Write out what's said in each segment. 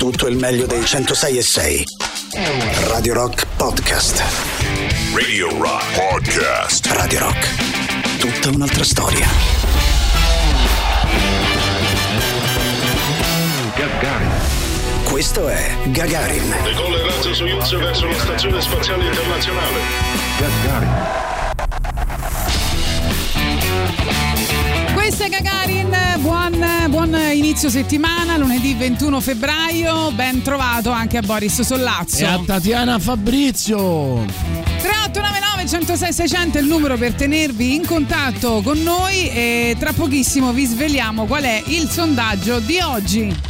tutto il meglio dei 106.6. Radio Rock Podcast. Radio Rock Podcast. Radio Rock. Tutta un'altra storia. Gagarin. Questo è Gagarin. Decolla il razzo Soyuz verso la Stazione Spaziale Internazionale. Gagarin. Questo è Gagarin, buon inizio settimana, lunedì 21 febbraio, ben trovato anche a Boris Sollazzo. E a Tatiana Fabrizio. 3899 106 600 è il numero per tenervi in contatto con noi e tra pochissimo vi sveliamo qual è il sondaggio di oggi.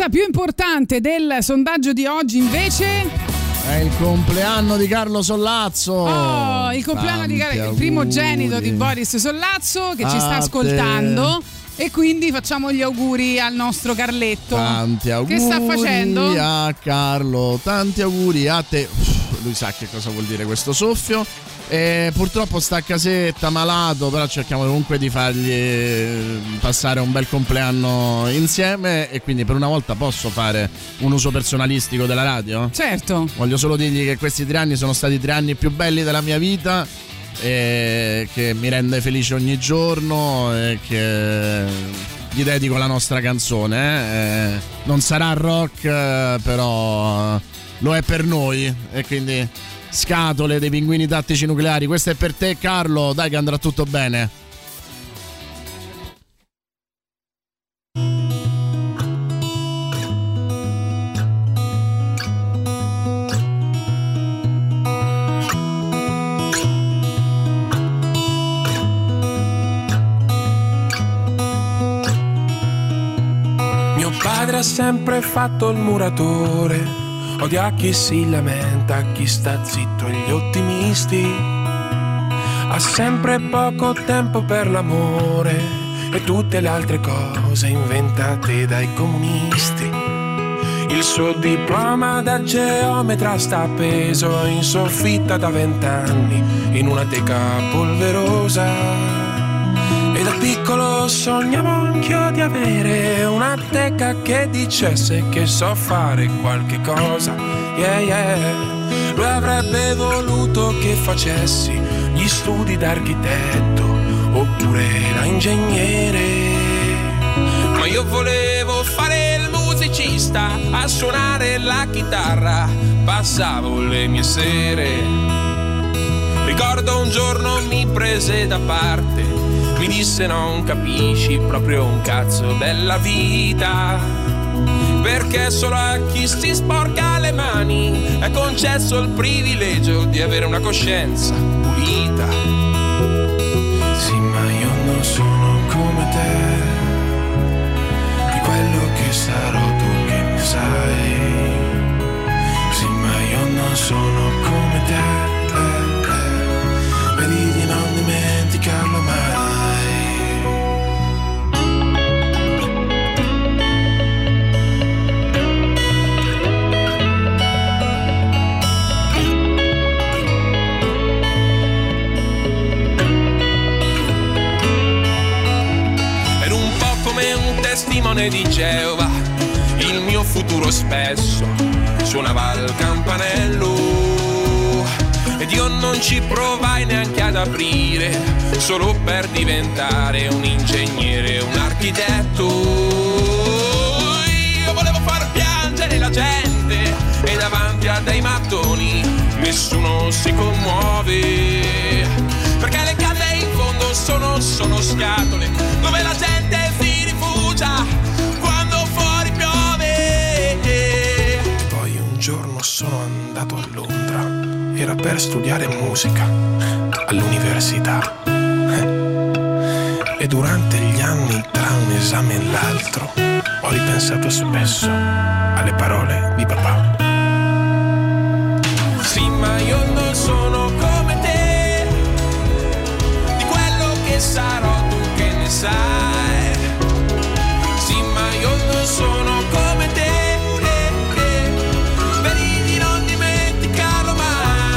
cosa più importante del sondaggio di oggi invece? È il compleanno di Carlo Sollazzo. Oh, il compleanno di il primogenito di Boris Sollazzo che ci sta ascoltando. E quindi facciamo gli auguri al nostro Carletto. Tanti auguri. Che sta facendo? A Carlo, tanti auguri a te. Lui sa che cosa vuol dire questo soffio. Purtroppo sta a casetta, malato, però cerchiamo comunque di fargli passare un bel compleanno insieme. E quindi per una volta posso fare un uso personalistico della radio? Certo. Voglio solo dirgli che questi 3 anni sono stati 3 anni più belli della mia vita, e che mi rende felice ogni giorno, e che gli dedico la nostra canzone. Non sarà rock, però lo è per noi, e quindi Scatole dei Pinguini Tattici Nucleari, questo è per te Carlo, dai che andrà tutto bene. Mio padre ha sempre fatto il muratore, odia chi si lamenta, chi sta zitto e gli ottimisti. Ha sempre poco tempo per l'amore e tutte le altre cose inventate dai comunisti. Il suo diploma da geometra sta appeso in soffitta da 20 anni in una teca polverosa. E da piccolo sognavo anch'io di avere una teca che dicesse che so fare qualche cosa. Yeah, yeah. Lui avrebbe voluto che facessi gli studi d'architetto oppure da ingegnere, ma io volevo fare il musicista, a suonare la chitarra passavo le mie sere. Ricordo un giorno mi prese da parte, mi disse non capisci proprio un cazzo della vita, perché solo a chi si sporca le mani è concesso il privilegio di avere una coscienza pulita. Sì, ma io non sono come te, di quello che sarò tu che ne sai. Sì, ma io non sono come te, vedi di non dimenticarlo mai. Testimone di Geova, il mio futuro spesso suonava il campanello ed io non ci provai neanche ad aprire, solo per diventare un ingegnere, un architetto. Io volevo far piangere la gente e davanti a dei mattoni nessuno si commuove, perché le case in fondo sono scatole dove la gente si rifugia quando fuori piove. Poi un giorno sono andato a Londra, era per studiare musica all'università, e durante gli anni tra un esame e l'altro ho ripensato spesso alle parole di papà. Sì, ma io non sono come te, di quello che sarò tu che ne sai. Sì, ma io non sono come te, vedi di non dimenticarlo mai.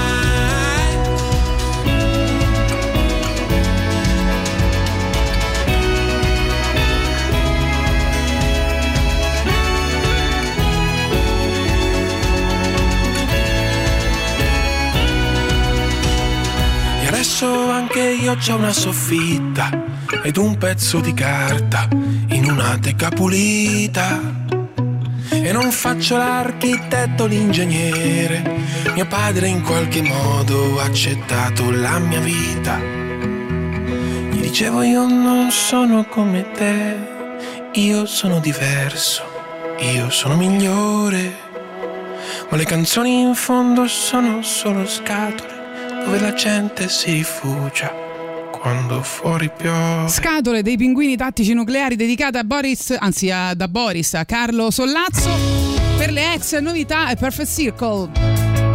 E adesso anche io c'ho una soffitta ed un pezzo di carta in una teca pulita, e non faccio l'architetto, l'ingegnere. Mio padre in qualche modo ha accettato la mia vita. Gli dicevo io non sono come te, io sono diverso, io sono migliore, ma le canzoni in fondo sono solo scatole dove la gente si rifugia quando fuori piove. Scatole dei pinguini tattici nucleari dedicata a Boris, anzi a Carlo Sollazzo. Per le ex novità è Perfect Circle.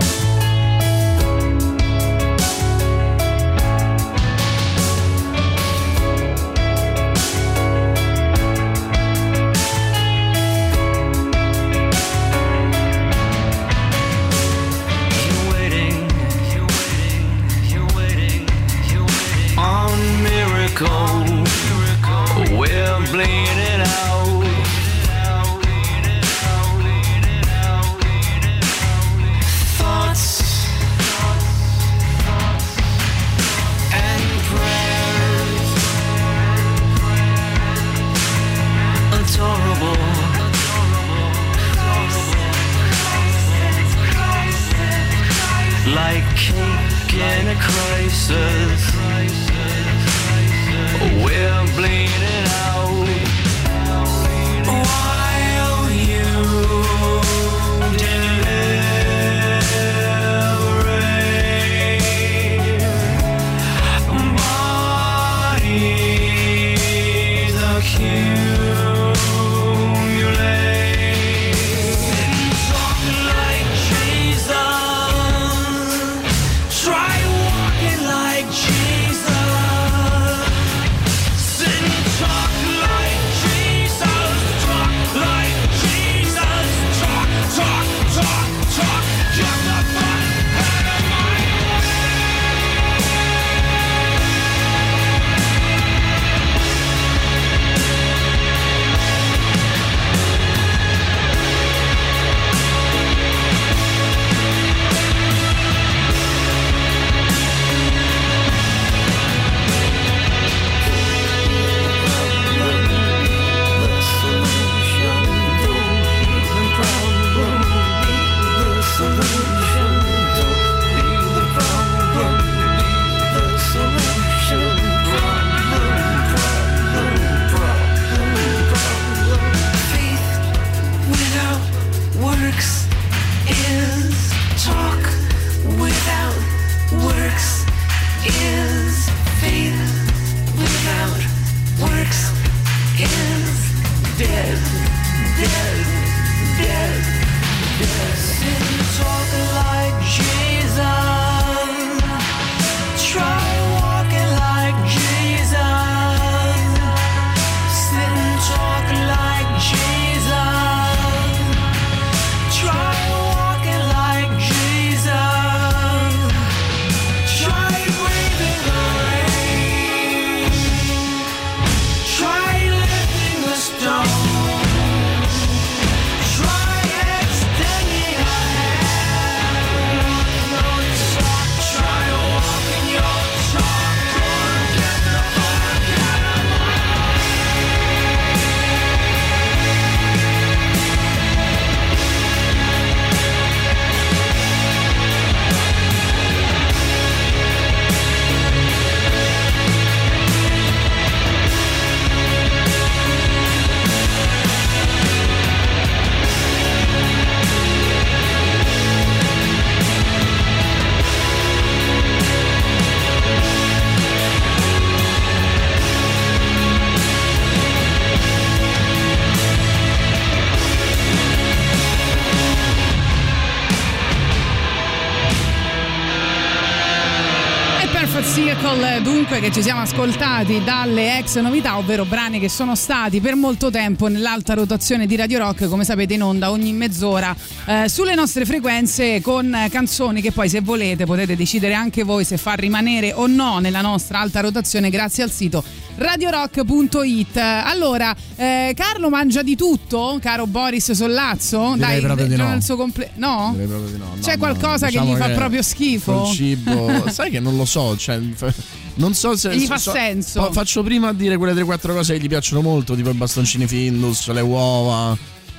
We're bleeding out. Thoughts and prayers, adorable. Like cake in a crisis. We're bleeding out while you deliberate. Bodies accumulate. Talk like Jesus. Try walking like Jesus. Talk like Jesus, talk like Jesus, talk, talk, talk, talk, get the fuck out of my Dunque, che ci siamo ascoltati dalle ex novità, ovvero brani che sono stati per molto tempo nell'alta rotazione di Radio Rock, come sapete in onda ogni mezz'ora sulle nostre frequenze, con canzoni che poi, se volete, potete decidere anche voi se far rimanere o no nella nostra alta rotazione grazie al sito radiorock.it. Allora, Carlo mangia di tutto, caro Boris Sollazzo? Direi proprio di no. Il suo no? Direi proprio di no. C'è qualcosa che gli fa proprio schifo? Il cibo, sai che non lo so, cioè, non so se gli fa senso. Faccio prima a dire quelle 3-4 cose che gli piacciono molto, tipo i bastoncini Findus, le uova.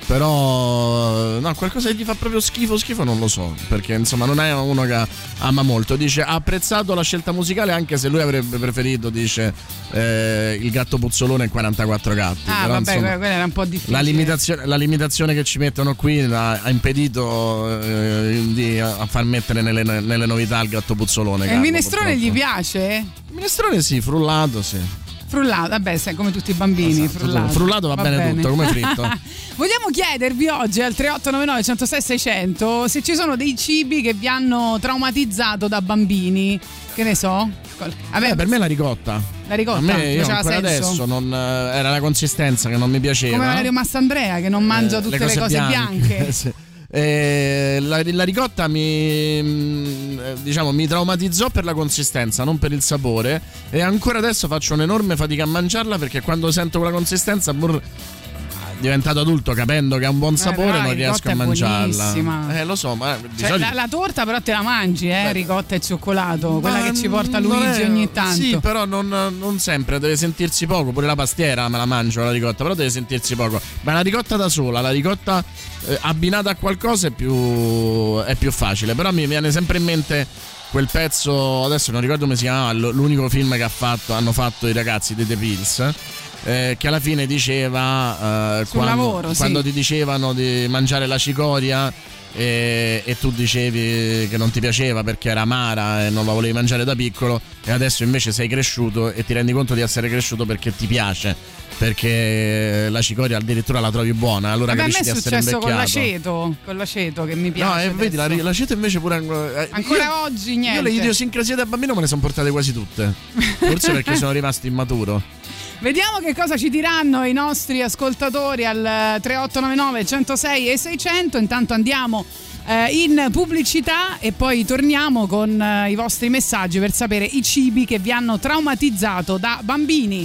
Però no, qualcosa che gli fa proprio schifo non lo so, perché insomma non è uno che ama molto. Dice ha apprezzato la scelta musicale, anche se lui avrebbe preferito, dice, il gatto puzzolone e 44 gatti. Ah, però, vabbè, insomma, quella era un po' difficile. la limitazione che ci mettono qui ha impedito a far mettere nelle novità il gatto puzzolone. E il minestrone gli piace? Il minestrone sì, frullato sì. Frullato, vabbè, sai, come tutti i bambini. Esatto, frullato va bene tutto, come fritto. Vogliamo chiedervi oggi al 3899 106 600 se ci sono dei cibi che vi hanno traumatizzato da bambini. Che ne so? Vabbè, per me la ricotta. La ricotta? A me, io ancora senso? adesso era la consistenza che non mi piaceva. Come Valerio Mastandrea che non mangia tutte le cose bianche. Sì. La ricotta mi traumatizzò per la consistenza, non per il sapore, e ancora adesso faccio un'enorme fatica a mangiarla, perché quando sento quella consistenza, diventato adulto, capendo che ha un buon sapore, non riesco a mangiarla. Lo so, ma la torta però te la mangi, ricotta e cioccolato, quella che ci porta Luigi ogni tanto. Sì, però non sempre, deve sentirsi poco. Pure la pastiera me la mangio, la ricotta, però deve sentirsi poco. Ma la ricotta da sola, la ricotta abbinata a qualcosa è più facile. Però mi viene sempre in mente quel pezzo, adesso non ricordo come si chiamava, l'unico film che hanno fatto i ragazzi di The Pills, che alla fine diceva quando ti dicevano di mangiare la cicoria e tu dicevi che non ti piaceva perché era amara e non la volevi mangiare da piccolo, e adesso invece sei cresciuto e ti rendi conto di essere cresciuto perché ti piace, perché la cicoria addirittura la trovi buona, allora capisci di essere invecchiato. A me è successo con l'aceto che mi piace. No, vedi, l'aceto invece pure ancora oggi niente. Io le idiosincrasie da bambino me le sono portate quasi tutte, forse perché sono rimasto immaturo. Vediamo che cosa ci diranno i nostri ascoltatori al 3899 106 e 600. Intanto andiamo in pubblicità e poi torniamo con i vostri messaggi per sapere i cibi che vi hanno traumatizzato da bambini.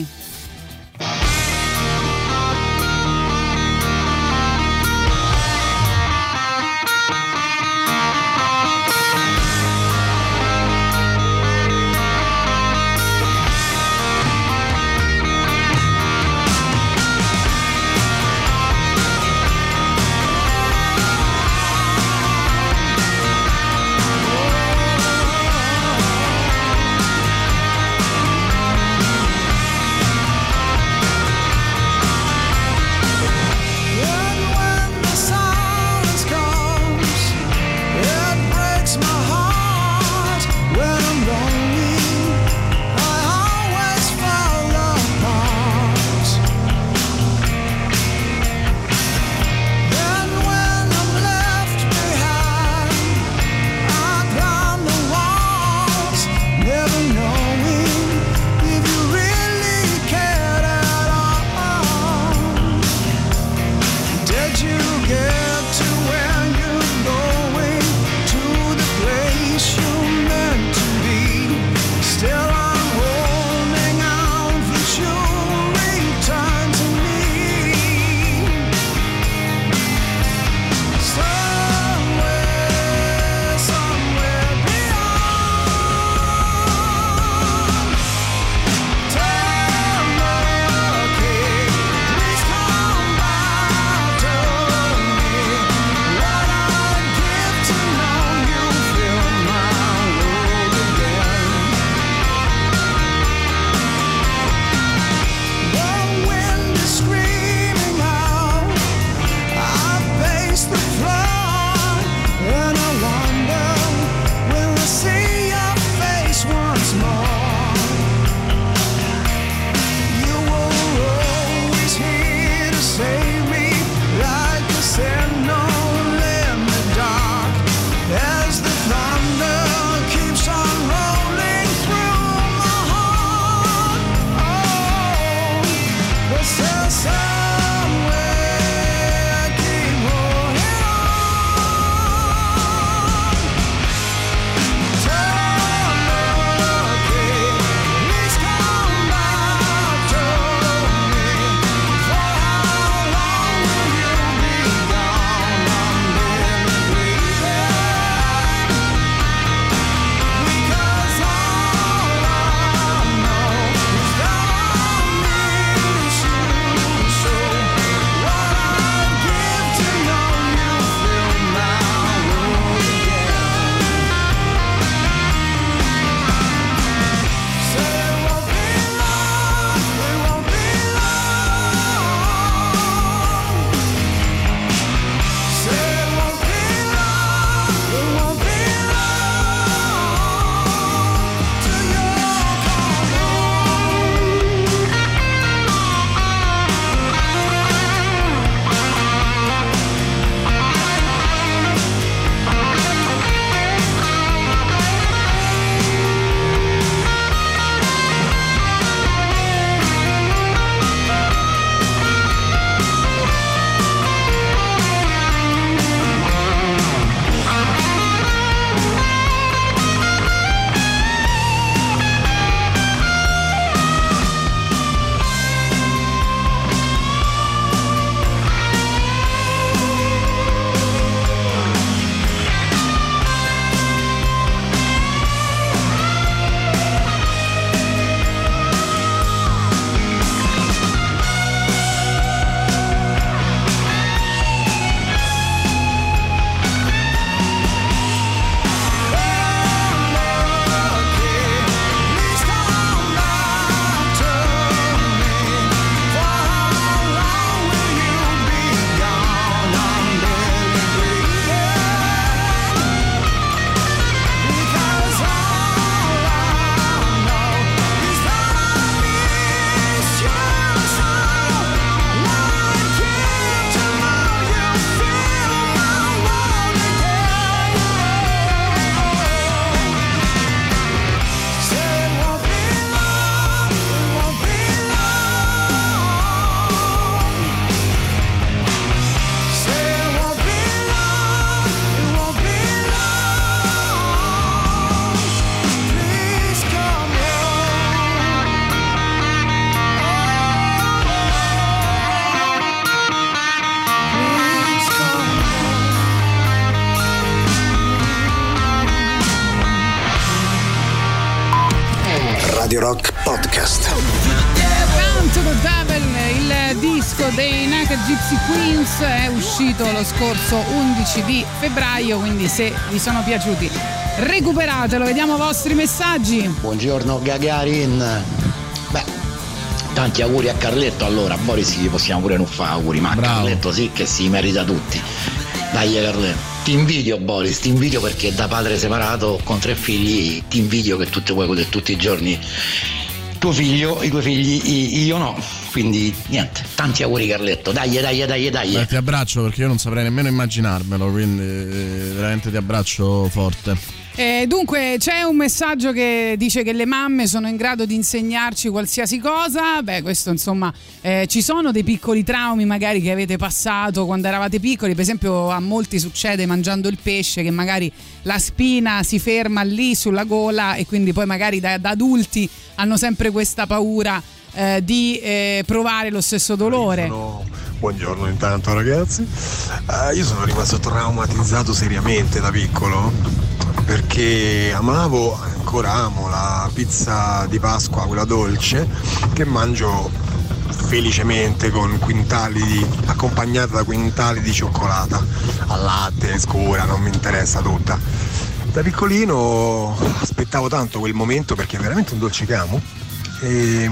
Radio Rock Podcast. Down to the Devil, il disco dei Naked Gypsy Queens è uscito lo scorso 11 di febbraio, quindi se vi sono piaciuti recuperatelo. Vediamo i vostri messaggi. Buongiorno Gagarin. Beh, tanti auguri a Carletto. Allora a Boris gli possiamo pure non fare auguri, ma Bravo. a Carletto sì che si merita tutti. Dai Carletto. Ti invidio Boris, ti invidio perché da padre separato con 3 figli ti invidio che tu ti vuoi godere tutti i giorni tuo figlio, i tuoi figli, io no. Quindi niente, tanti auguri Carletto. Dai. Beh, ti abbraccio perché io non saprei nemmeno immaginarmelo, quindi veramente ti abbraccio forte. Dunque c'è un messaggio che dice che le mamme sono in grado di insegnarci qualsiasi cosa. Beh, questo insomma, ci sono dei piccoli traumi magari che avete passato quando eravate piccoli. Per esempio a molti succede mangiando il pesce che magari la spina si ferma lì sulla gola e quindi poi magari da adulti hanno sempre questa paura di provare lo stesso dolore. Buongiorno intanto ragazzi. Io sono rimasto traumatizzato seriamente da piccolo perché ancora amo la pizza di Pasqua, quella dolce, che mangio felicemente con accompagnata da quintali di cioccolata al latte, scura, non mi interessa tutta. Da piccolino aspettavo tanto quel momento perché è veramente un dolce che amo, e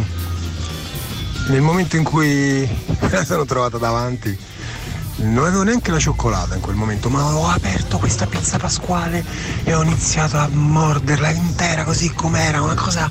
nel momento in cui me la sono trovata davanti non avevo neanche la cioccolata in quel momento, ma ho aperto questa pizza pasquale e ho iniziato a morderla intera così com'era, una cosa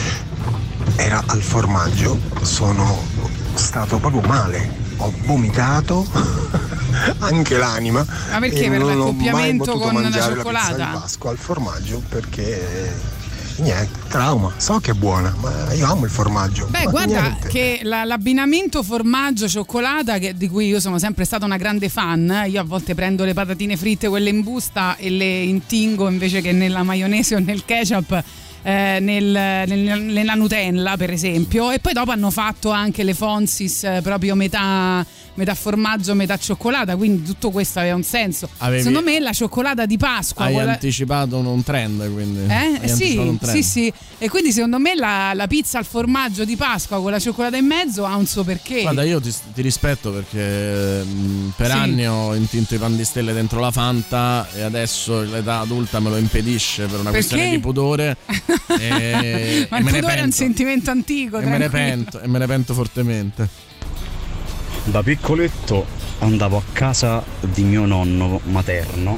era al formaggio. Sono stato proprio male, ho vomitato anche l'anima. Ma perché? Per l'accoppiamento con la cioccolata? La pizza di Pasqua al formaggio perché niente, trauma. So che è buona, ma io amo il formaggio. Beh, ma guarda niente. che l'abbinamento formaggio-cioccolata, di cui io sono sempre stata una grande fan, io a volte prendo le patatine fritte, quelle in busta, e le intingo invece che nella maionese o nel ketchup, nella Nutella per esempio, e poi dopo hanno fatto anche le Fonsis proprio metà formaggio, metà cioccolata, quindi tutto questo aveva un senso. Secondo me la cioccolata di Pasqua hai anticipato un trend, quindi sì, e quindi secondo me la pizza al formaggio di Pasqua con la cioccolata in mezzo ha un suo perché. Guarda, io ti rispetto perché per anni ho intinto i pan di stelle dentro la Fanta e adesso l'età adulta me lo impedisce per una questione di pudore. Ma il pudore è un sentimento antico, e me ne pento fortemente. Da piccoletto andavo a casa di mio nonno materno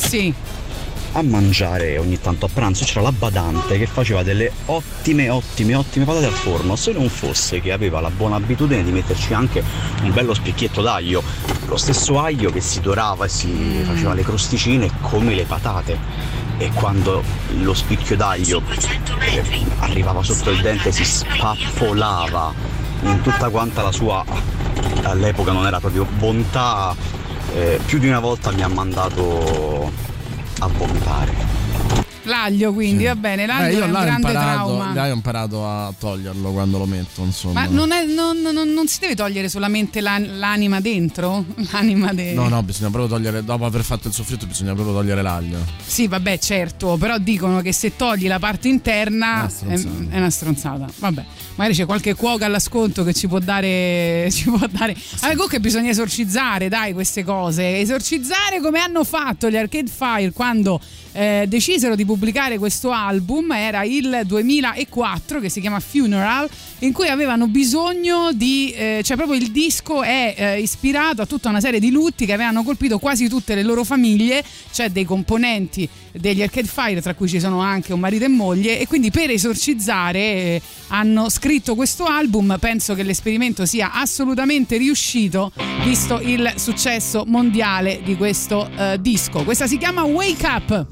a mangiare ogni tanto a pranzo. C'era la badante che faceva delle ottime patate al forno, se non fosse che aveva la buona abitudine di metterci anche un bello spicchietto d'aglio, lo stesso aglio che si dorava e si faceva le crosticine come le patate, e quando lo spicchio d'aglio arrivava sotto il dente si spappolava in tutta quanta la sua, all'epoca non era proprio bontà, più di una volta mi ha mandato a vomitare. L'aglio, quindi va bene, l'aglio è un grande trauma. Ho imparato a toglierlo quando lo metto, insomma. Ma non si deve togliere solamente l'anima dentro? No, bisogna proprio togliere, dopo aver fatto il soffritto bisogna proprio togliere l'aglio. Sì, vabbè, certo, però dicono che se togli la parte interna è una stronzata. Vabbè, magari c'è qualche cuoca all'ascolto che ci può dare. Comunque bisogna esorcizzare, dai, queste cose. Esorcizzare come hanno fatto gli Arcade Fire quando decisero di pubblicare questo album. Era il 2004, che si chiama Funeral, in cui avevano bisogno di cioè proprio il disco è ispirato a tutta una serie di lutti che avevano colpito quasi tutte le loro famiglie, cioè dei componenti degli Arcade Fire, tra cui ci sono anche un marito e moglie, e quindi per esorcizzare hanno scritto questo album. Penso che l'esperimento sia assolutamente riuscito, visto il successo mondiale di questo disco. Questa si chiama Wake Up.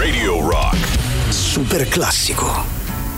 Radio Rock. Super classico.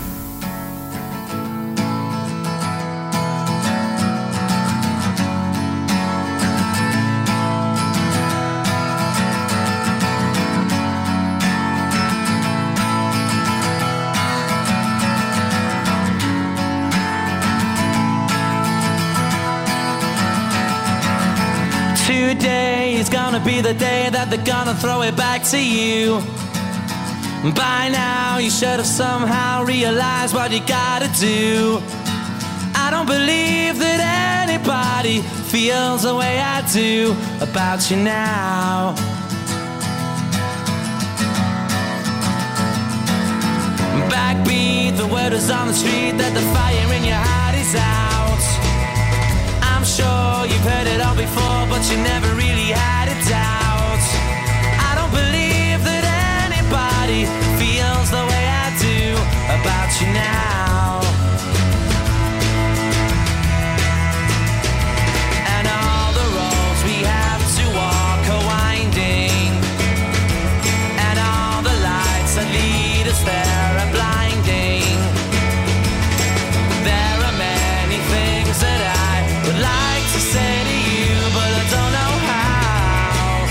Today is gonna be the day that they're gonna throw it back to you. By now you should have somehow realized what you gotta do. I don't believe that anybody feels the way I do about you now. Backbeat, the word is on the street that the fire in your heart is out. I'm sure you've heard it all before, but you never really had a doubt. I don't believe that anybody feels the way I do about you now. And all the roads we have to walk are winding, and all the lights that lead us there are blinding. There are many things that I would like to say to you, but I don't know how.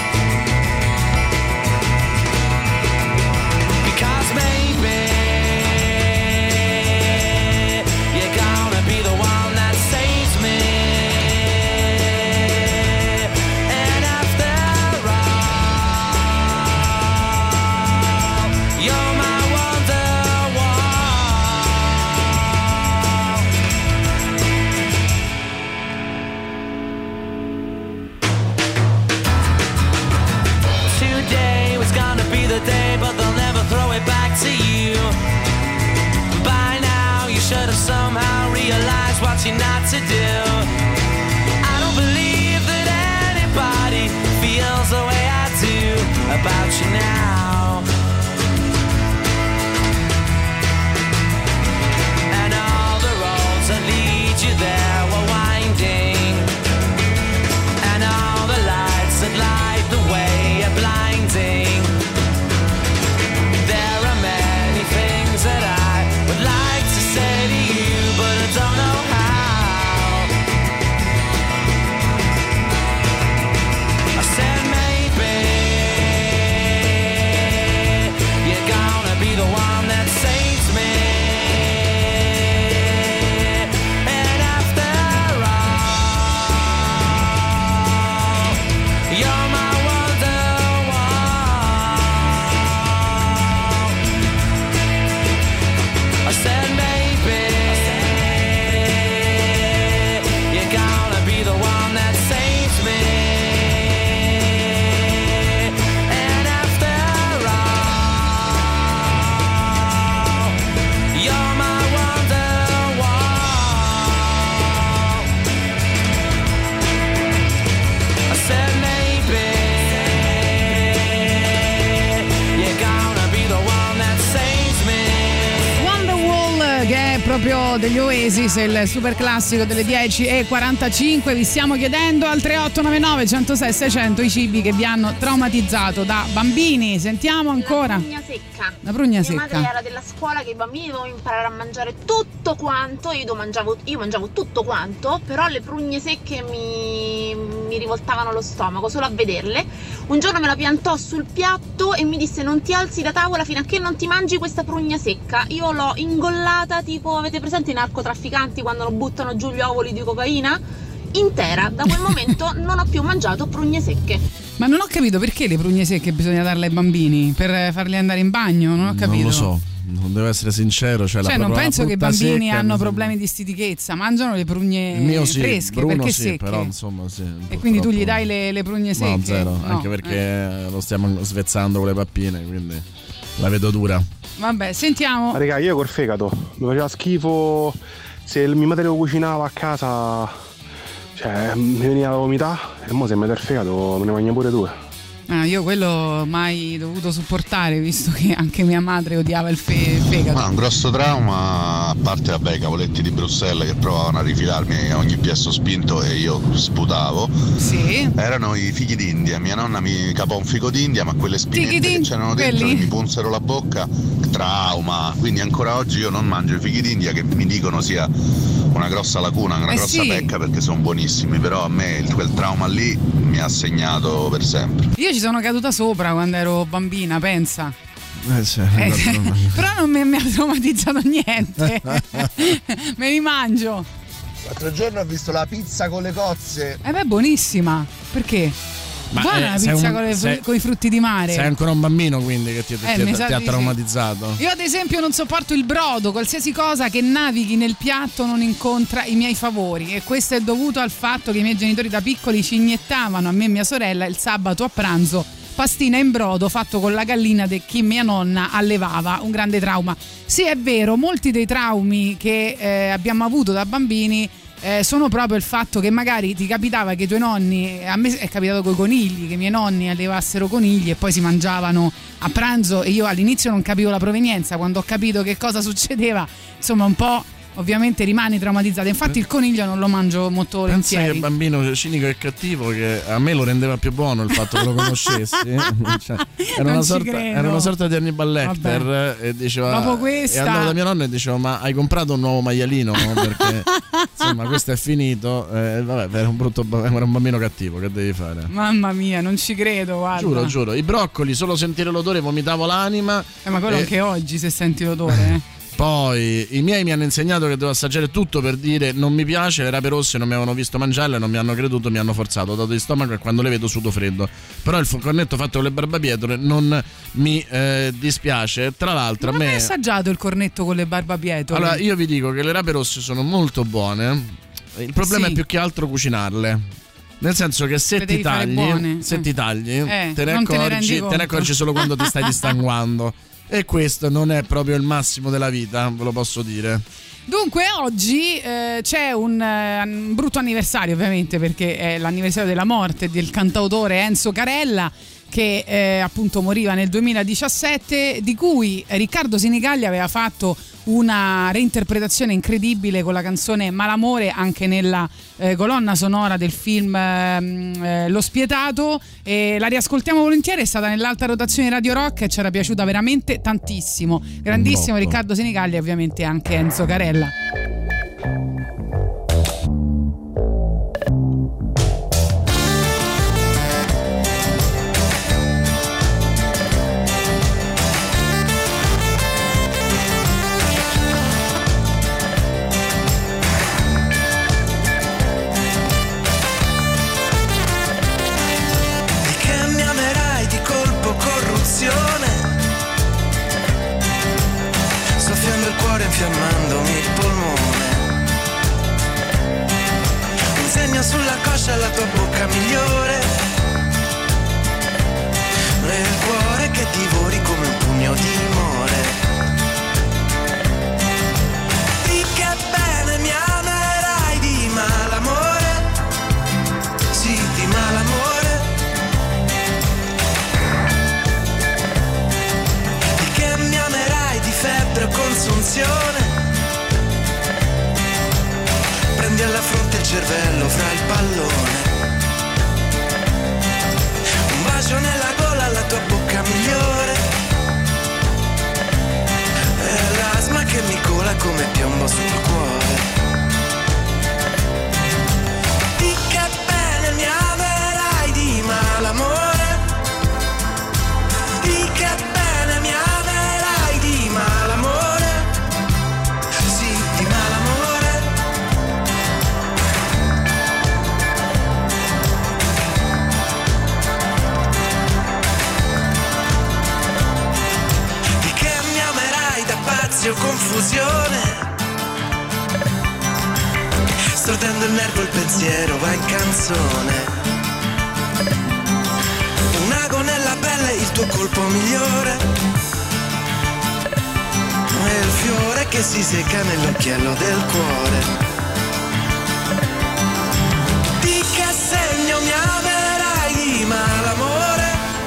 Because maybe you're gonna be the one that saves me. And after all, you're my Wonderwall. Today was gonna be the day, but they'll never throw it back to you. By now you should have somehow realized what you're not to do. I don't believe that anybody feels the way I do about you now. And all the roads that lead you there were winding, and all the lights that light the way are blinding. There are many things that I would like to say to you, but I don't know how. I said maybe you're gonna be the one that saves me. And after all, you're my Wonderwall. I said maybe you're gonna be the one that saves me. And after all, you're my Wonderwall. I said maybe you're gonna be the one that saves me. Wonderwall, che è proprio degli Oasis, il super classico delle 10:45. Vi stiamo chiedendo al 3899 106 600 i cibi che vi hanno traumatizzato da bambini. Sentiamo ancora. La prugna secca. La prugna Mia secca. madre era della scuola che i bambini dovevano imparare a mangiare tutto quanto. Io mangiavo tutto quanto, però le prugne secche mi rivoltavano lo stomaco solo a vederle. Un giorno me la piantò sul piatto e mi disse: non ti alzi da tavola fino a che non ti mangi questa prugna secca. Io l'ho ingollata, tipo, avete presente i narcotrafficanti quando buttano giù gli ovoli di cocaina? Intera. Da quel momento non ho più mangiato prugne secche. Ma non ho capito perché le prugne secche bisogna darle ai bambini per farli andare in bagno, non ho capito. Non lo so, non devo essere sincero. Cioè non penso che i bambini secca, hanno problemi di stitichezza, mangiano le prugne fresche, Bruno perché sì, secche. però insomma sì. E quindi tu gli dai le prugne secche? No, zero, anche perché lo stiamo svezzando con le pappine, quindi la vedo dura. Vabbè, sentiamo. Ma raga, io col fegato mi faceva schifo. Se mia madre lo cucinava a casa, cioè mi veniva a vomitare. E mo se mi dà il fegato me ne mangio pure due. Io quello mai dovuto sopportare, visto che anche mia madre odiava il fegato. Un grosso trauma, a parte vabbè i cavoletti di Bruxelles che provavano a rifilarmi a ogni piè spinto e io sputavo. Sì. Erano i fichi d'India. Mia nonna mi capò un fico d'India, ma quelle spinette che c'erano dentro che mi punsero la bocca, trauma. Quindi ancora oggi io non mangio i fichi d'India, che mi dicono sia una grossa lacuna, una grossa pecca, perché sono buonissimi, però a me quel trauma lì mi ha segnato per sempre. Io ci sono caduta sopra quando ero bambina, pensa. Però non mi ha traumatizzato niente. Me li mangio. L'altro giorno ho visto la pizza con le cozze. Beh, buonissima. Perché? Buona la pizza con i frutti di mare. Sei ancora un bambino, quindi, che ti ha traumatizzato. Io ad esempio non sopporto il brodo. Qualsiasi cosa che navighi nel piatto non incontra i miei favori, e questo è dovuto al fatto che i miei genitori da piccoli ci iniettavano, a me e mia sorella, il sabato a pranzo pastina in brodo fatto con la gallina che mia nonna allevava. Un grande trauma. Sì, è vero, molti dei traumi che abbiamo avuto da bambini sono proprio il fatto che magari ti capitava che i tuoi nonni, a me è capitato con i conigli, che i miei nonni allevassero conigli e poi si mangiavano a pranzo, e io all'inizio non capivo la provenienza. Quando ho capito che cosa succedeva, insomma, un po' ovviamente rimani traumatizzata. Infatti il coniglio non lo mangio molto volentieri. Pensa che bambino cinico e cattivo, che a me lo rendeva più buono il fatto che lo conoscessi. Cioè, era una sorta di Hannibal Lecter. Vabbè. E diceva, dopo questa, e andavo da mia nonna e dicevo: ma hai comprato un nuovo maialino? Perché insomma questo è finito. Vabbè, era un bambino cattivo, che devi fare? Mamma mia, non ci credo, guarda. Giuro. I broccoli, solo sentire l'odore vomitavo l'anima. Ma quello anche oggi, se senti l'odore. Poi i miei mi hanno insegnato che devo assaggiare tutto per dire non mi piace, le rape rosse non mi avevano visto mangiarle, non mi hanno creduto, mi hanno forzato, ho dato di stomaco e quando le vedo sudo freddo. Però il cornetto fatto con le barbabietole non mi dispiace. Tra l'altro non a me... hai assaggiato il cornetto con le barbabietole? Allora io vi dico che le rape rosse sono molto buone, il problema è più che altro cucinarle. Nel senso che se ti tagli, te ne accorgi solo quando ti stai distanguando. E questo non è proprio il massimo della vita, ve lo posso dire. Dunque oggi c'è un brutto anniversario, ovviamente, perché è l'anniversario della morte del cantautore Enzo Carella, che appunto moriva nel 2017, di cui Riccardo Sinigallia aveva fatto una reinterpretazione incredibile con la canzone Malamore, anche nella colonna sonora del film Lo Spietato, e la riascoltiamo volentieri. È stata nell'alta rotazione di Radio Rock e ci era piaciuta veramente tantissimo. Grandissimo Riccardo Sinigallia e ovviamente anche Enzo Carella. Soffiando il cuore, infiammandomi il polmone. Un segno sulla coscia, la tua bocca migliore. E il cuore che divori come un pugno di more. Di che bene mi amerai di malamore. Sì, di malamore. Febbre o consunzione. Prendi alla fronte il cervello fra il pallone. Un bacio nella gola, la tua bocca migliore. È l'asma che mi cola come piombo sul cuore. Di che bene mi amerai di malamore. Di che bene mi amerai di malamore. Sì, di malamore. Di che mi amerai da pazzi o confusione. Stordendo il nervo il pensiero va in canzone. Un ago nella pelle, il tuo colpo migliore. È il fiore che si secca nell'occhiello del cuore. Di che segno mi amerai di malamore.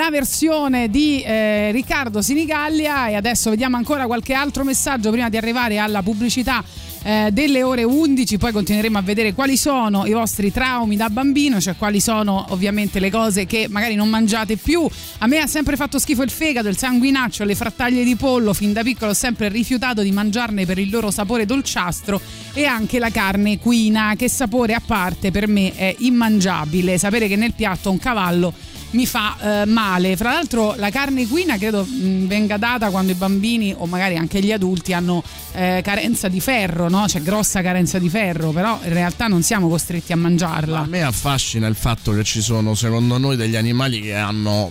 la versione di Riccardo Sinigallia. E adesso vediamo ancora qualche altro messaggio prima di arrivare alla pubblicità delle ore 11. Poi continueremo a vedere quali sono i vostri traumi da bambino, cioè quali sono ovviamente le cose che magari non mangiate più. A me ha sempre fatto schifo il fegato, il sanguinaccio, le frattaglie di pollo. Fin da piccolo ho sempre rifiutato di mangiarne per il loro sapore dolciastro, e anche la carne equina, che sapore a parte per me è immangiabile. Sapere che nel piatto un cavallo mi fa male. Fra l'altro la carne equina credo venga data quando i bambini o magari anche gli adulti hanno carenza di ferro, no? C'è grossa carenza di ferro, però in realtà non siamo costretti a mangiarla. A me affascina il fatto che ci sono, secondo noi, degli animali che hanno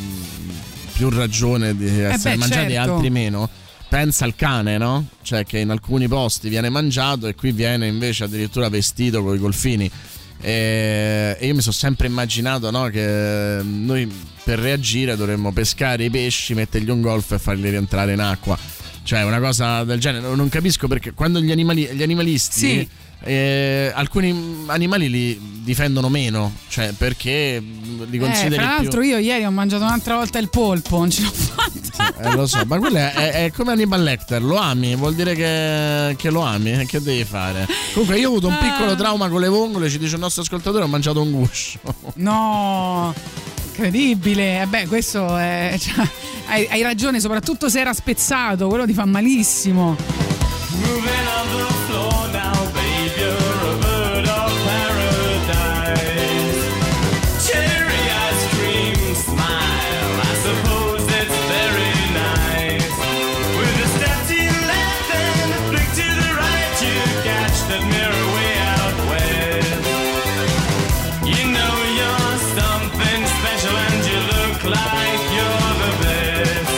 più ragione di essere mangiati, certo. Altri meno. Pensa al cane, no? Cioè che in alcuni posti viene mangiato e qui viene invece addirittura vestito con i golfini. E io mi sono sempre immaginato, no, che noi per reagire dovremmo pescare i pesci, mettergli un golfo e farli rientrare in acqua. Cioè una cosa del genere. Non capisco perché quando gli animalisti sì. Alcuni animali li difendono meno, cioè perché li consideri tra l'altro più... io ieri ho mangiato un'altra volta il polpo, non ce l'ho fatta. Lo so, ma quello è come Hannibal Lecter, lo ami, vuol dire che lo ami, che devi fare? Comunque io ho avuto un piccolo trauma con le vongole, ci dice il nostro ascoltatore, ho mangiato un guscio. No, incredibile. Questo è, cioè, hai ragione, soprattutto se era spezzato, quello ti fa malissimo. Moving on the floor now, babe, you're a bird of paradise. Cherry ice cream smile, I suppose it's very nice. With a step to your left and a flick to the right, you catch that mirror way out west. You know you're something special and you look like you're the best.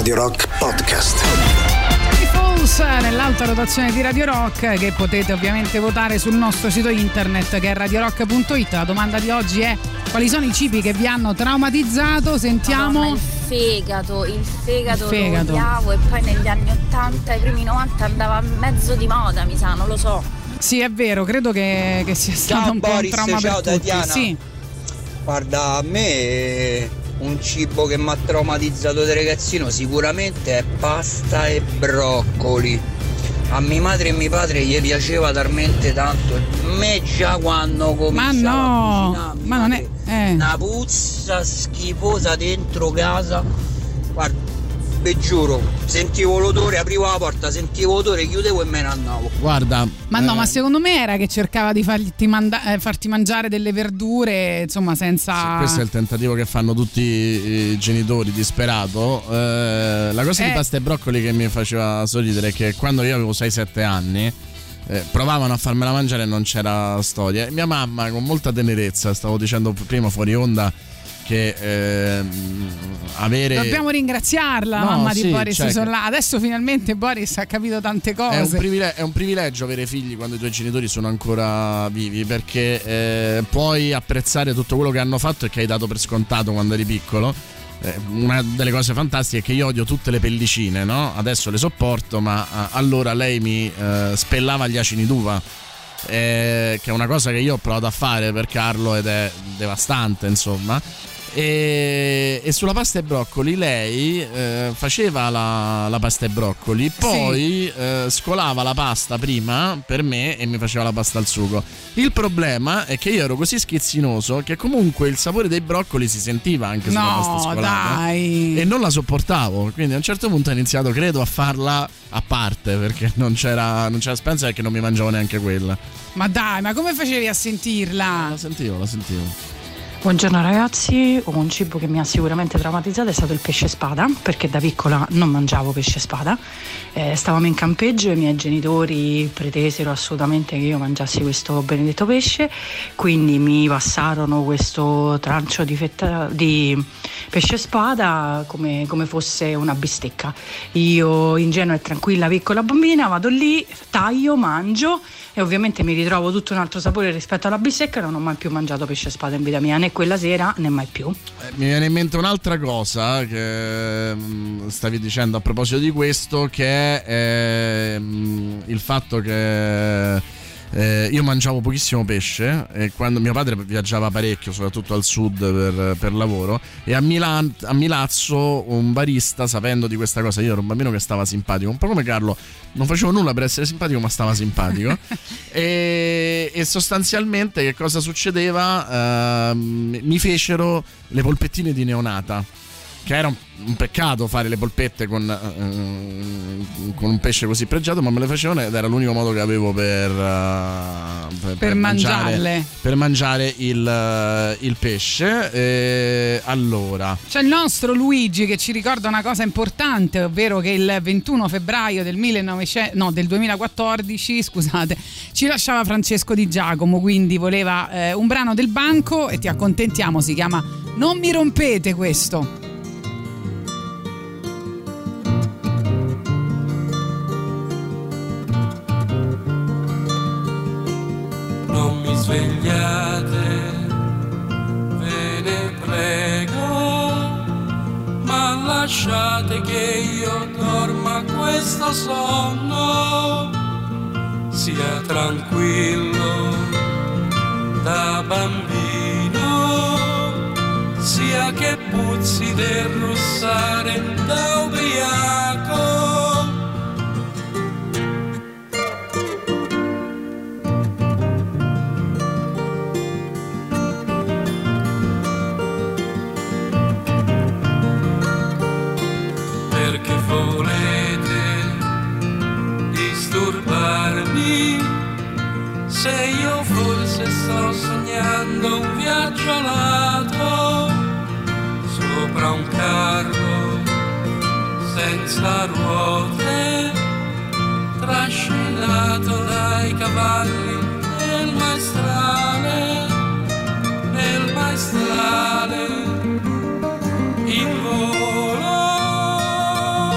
Radio Rock Podcast. Nell'alta rotazione di Radio Rock, che potete ovviamente votare sul nostro sito internet che è radiorock.it. La domanda di oggi è: quali sono i cibi che vi hanno traumatizzato? Sentiamo. Madonna, il fegato lo odiavo, e poi negli anni 80 i primi 90 andava mezzo di moda, mi sa, non lo so. Sì, è vero, credo che sia stato un po' un trauma per tutti. Tatiana. Sì. Guarda, a me un cibo che mi ha traumatizzato da ragazzino sicuramente è pasta e broccoli. A mia madre e mio padre gli piaceva talmente tanto. Me già quando cominciava a cucinare, ma non è una puzza schifosa dentro casa. Guarda, vi giuro, sentivo l'odore, aprivo la porta, sentivo l'odore, chiudevo e me ne andavo. Guarda, ma secondo me era che cercava di farti mangiare delle verdure, insomma, senza. Sì, questo è il tentativo che fanno tutti i genitori disperato. La cosa di pasta e broccoli che mi faceva sorridere è che quando io avevo 6-7 anni provavano a farmela mangiare e non c'era storia. E mia mamma, con molta tenerezza, stavo dicendo prima fuori onda, che avere. Dobbiamo ringraziarla, mamma di Boris, adesso finalmente Boris ha capito tante cose. È un privilegio avere figli quando i tuoi genitori sono ancora vivi, perché puoi apprezzare tutto quello che hanno fatto e che hai dato per scontato quando eri piccolo. Una delle cose fantastiche è che io odio tutte le pellicine, no? Adesso le sopporto, ma allora lei mi spellava gli acini d'uva, che è una cosa che io ho provato a fare per Carlo ed è devastante, insomma. E sulla pasta e broccoli lei faceva la pasta e broccoli, poi scolava la pasta prima per me e mi faceva la pasta al sugo. Il problema è che io ero così schizzinoso che comunque il sapore dei broccoli si sentiva anche sulla pasta scolata, e non la sopportavo, quindi a un certo punto ho iniziato, credo, a farla a parte, perché non c'era speranza, perché non mi mangiavo neanche quella. Ma dai, ma come facevi a sentirla? La sentivo. Buongiorno ragazzi, un cibo che mi ha sicuramente traumatizzato è stato il pesce spada, perché da piccola non mangiavo pesce spada. Stavamo in campeggio e i miei genitori pretesero assolutamente che io mangiassi questo benedetto pesce, quindi mi passarono questo trancio di pesce spada come fosse una bistecca. Io, ingenua e tranquilla piccola bambina, vado lì, taglio, mangio e ovviamente mi ritrovo tutto un altro sapore rispetto alla bistecca e non ho mai più mangiato pesce spada in vita mia, né quella sera né mai più. Mi viene in mente un'altra cosa che stavi dicendo a proposito di questo, che è il fatto che io mangiavo pochissimo pesce, e quando mio padre viaggiava parecchio, soprattutto al sud per lavoro, e a Milazzo un barista, sapendo di questa cosa, io ero un bambino che stava simpatico, un po' come Carlo, non facevo nulla per essere simpatico ma stava simpatico e sostanzialmente che cosa succedeva? Mi fecero le polpettine di neonata, che era un peccato fare le polpette con un pesce così pregiato, ma me le facevano ed era l'unico modo che avevo per mangiarle, per mangiare il pesce. Allora c'è il nostro Luigi che ci ricorda una cosa importante, ovvero che il 21 febbraio del 2014, scusate, ci lasciava Francesco Di Giacomo, quindi voleva un brano del Banco e ti accontentiamo, si chiama Non mi rompete questo. Non mi svegliate, ve ne prego, ma lasciate che io dorma questo sonno, sia tranquillo da bambino, sia che puzzi del russare da ubriaco. Se io forse sto sognando un viaggio alato sopra un carro senza ruote, trascinato dai cavalli nel maestrale, in volo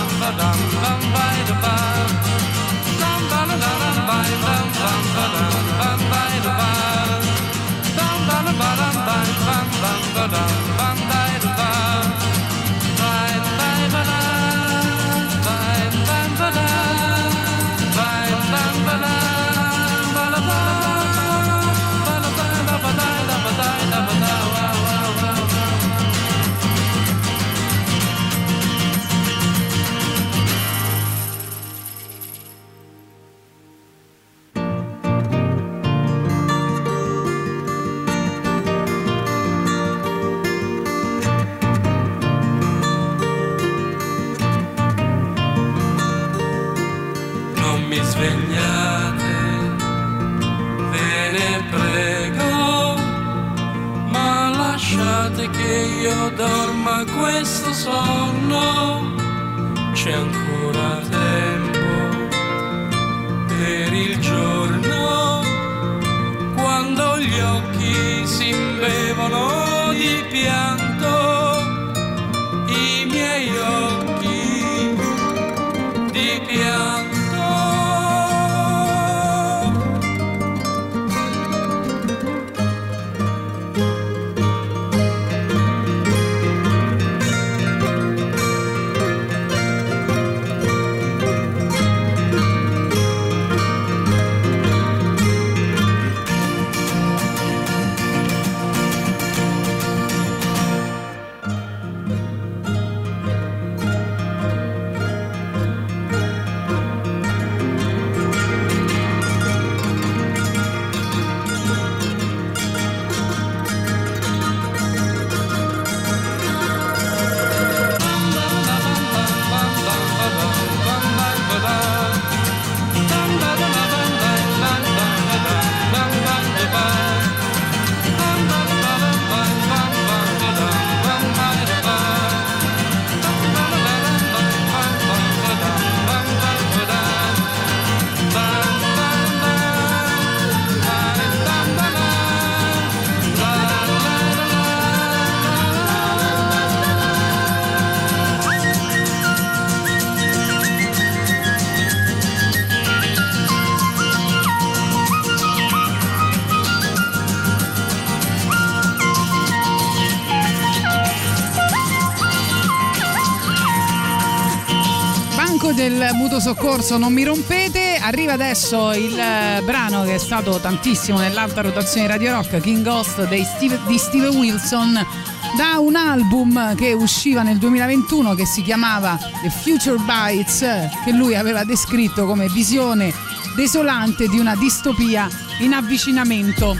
Del mutuo soccorso, non mi rompete. Arriva adesso il brano che è stato tantissimo nell'alta rotazione Radio Rock, King Ghost di Steve Wilson, da un album che usciva nel 2021 che si chiamava The Future Bites, che lui aveva descritto come visione desolante di una distopia in avvicinamento.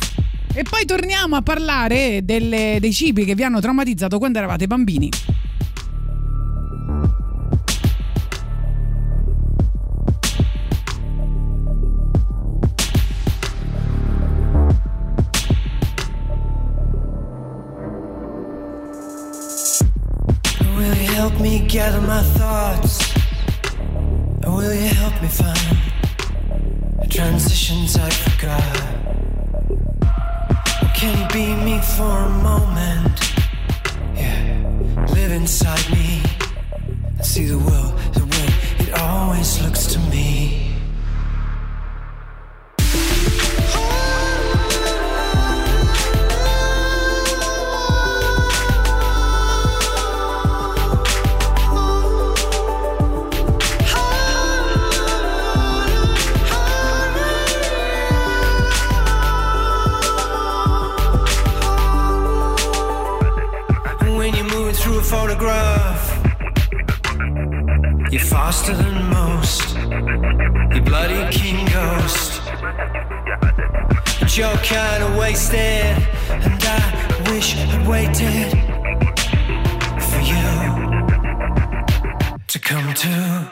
E poi torniamo a parlare dei cibi che vi hanno traumatizzato quando eravate bambini. Help me gather my thoughts, or will you help me find the transitions I forgot? Or can you be me for a moment? Yeah, live inside me and see the world the way it always looks to me. Photograph, you're faster than most, you bloody king ghost, but you're kinda wasted, and I wish I'd waited for you to come to.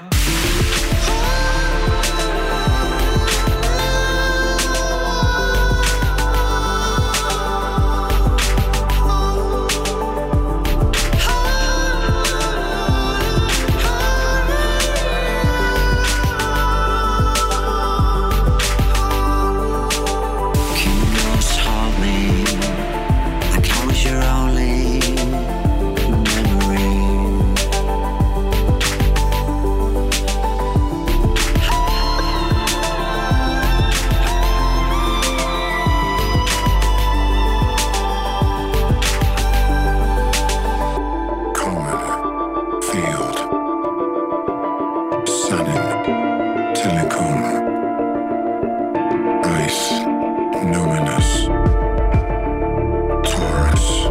Moon. Ice. Numinous. Taurus.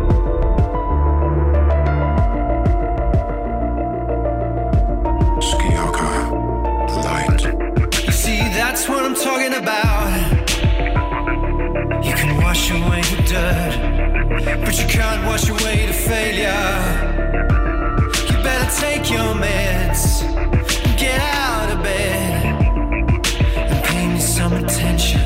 Skioka. Light. You see, that's what I'm talking about. You can wash away the dirt, but you can't wash away the failure. You better take your meds, get out of bed, and pay me some attention.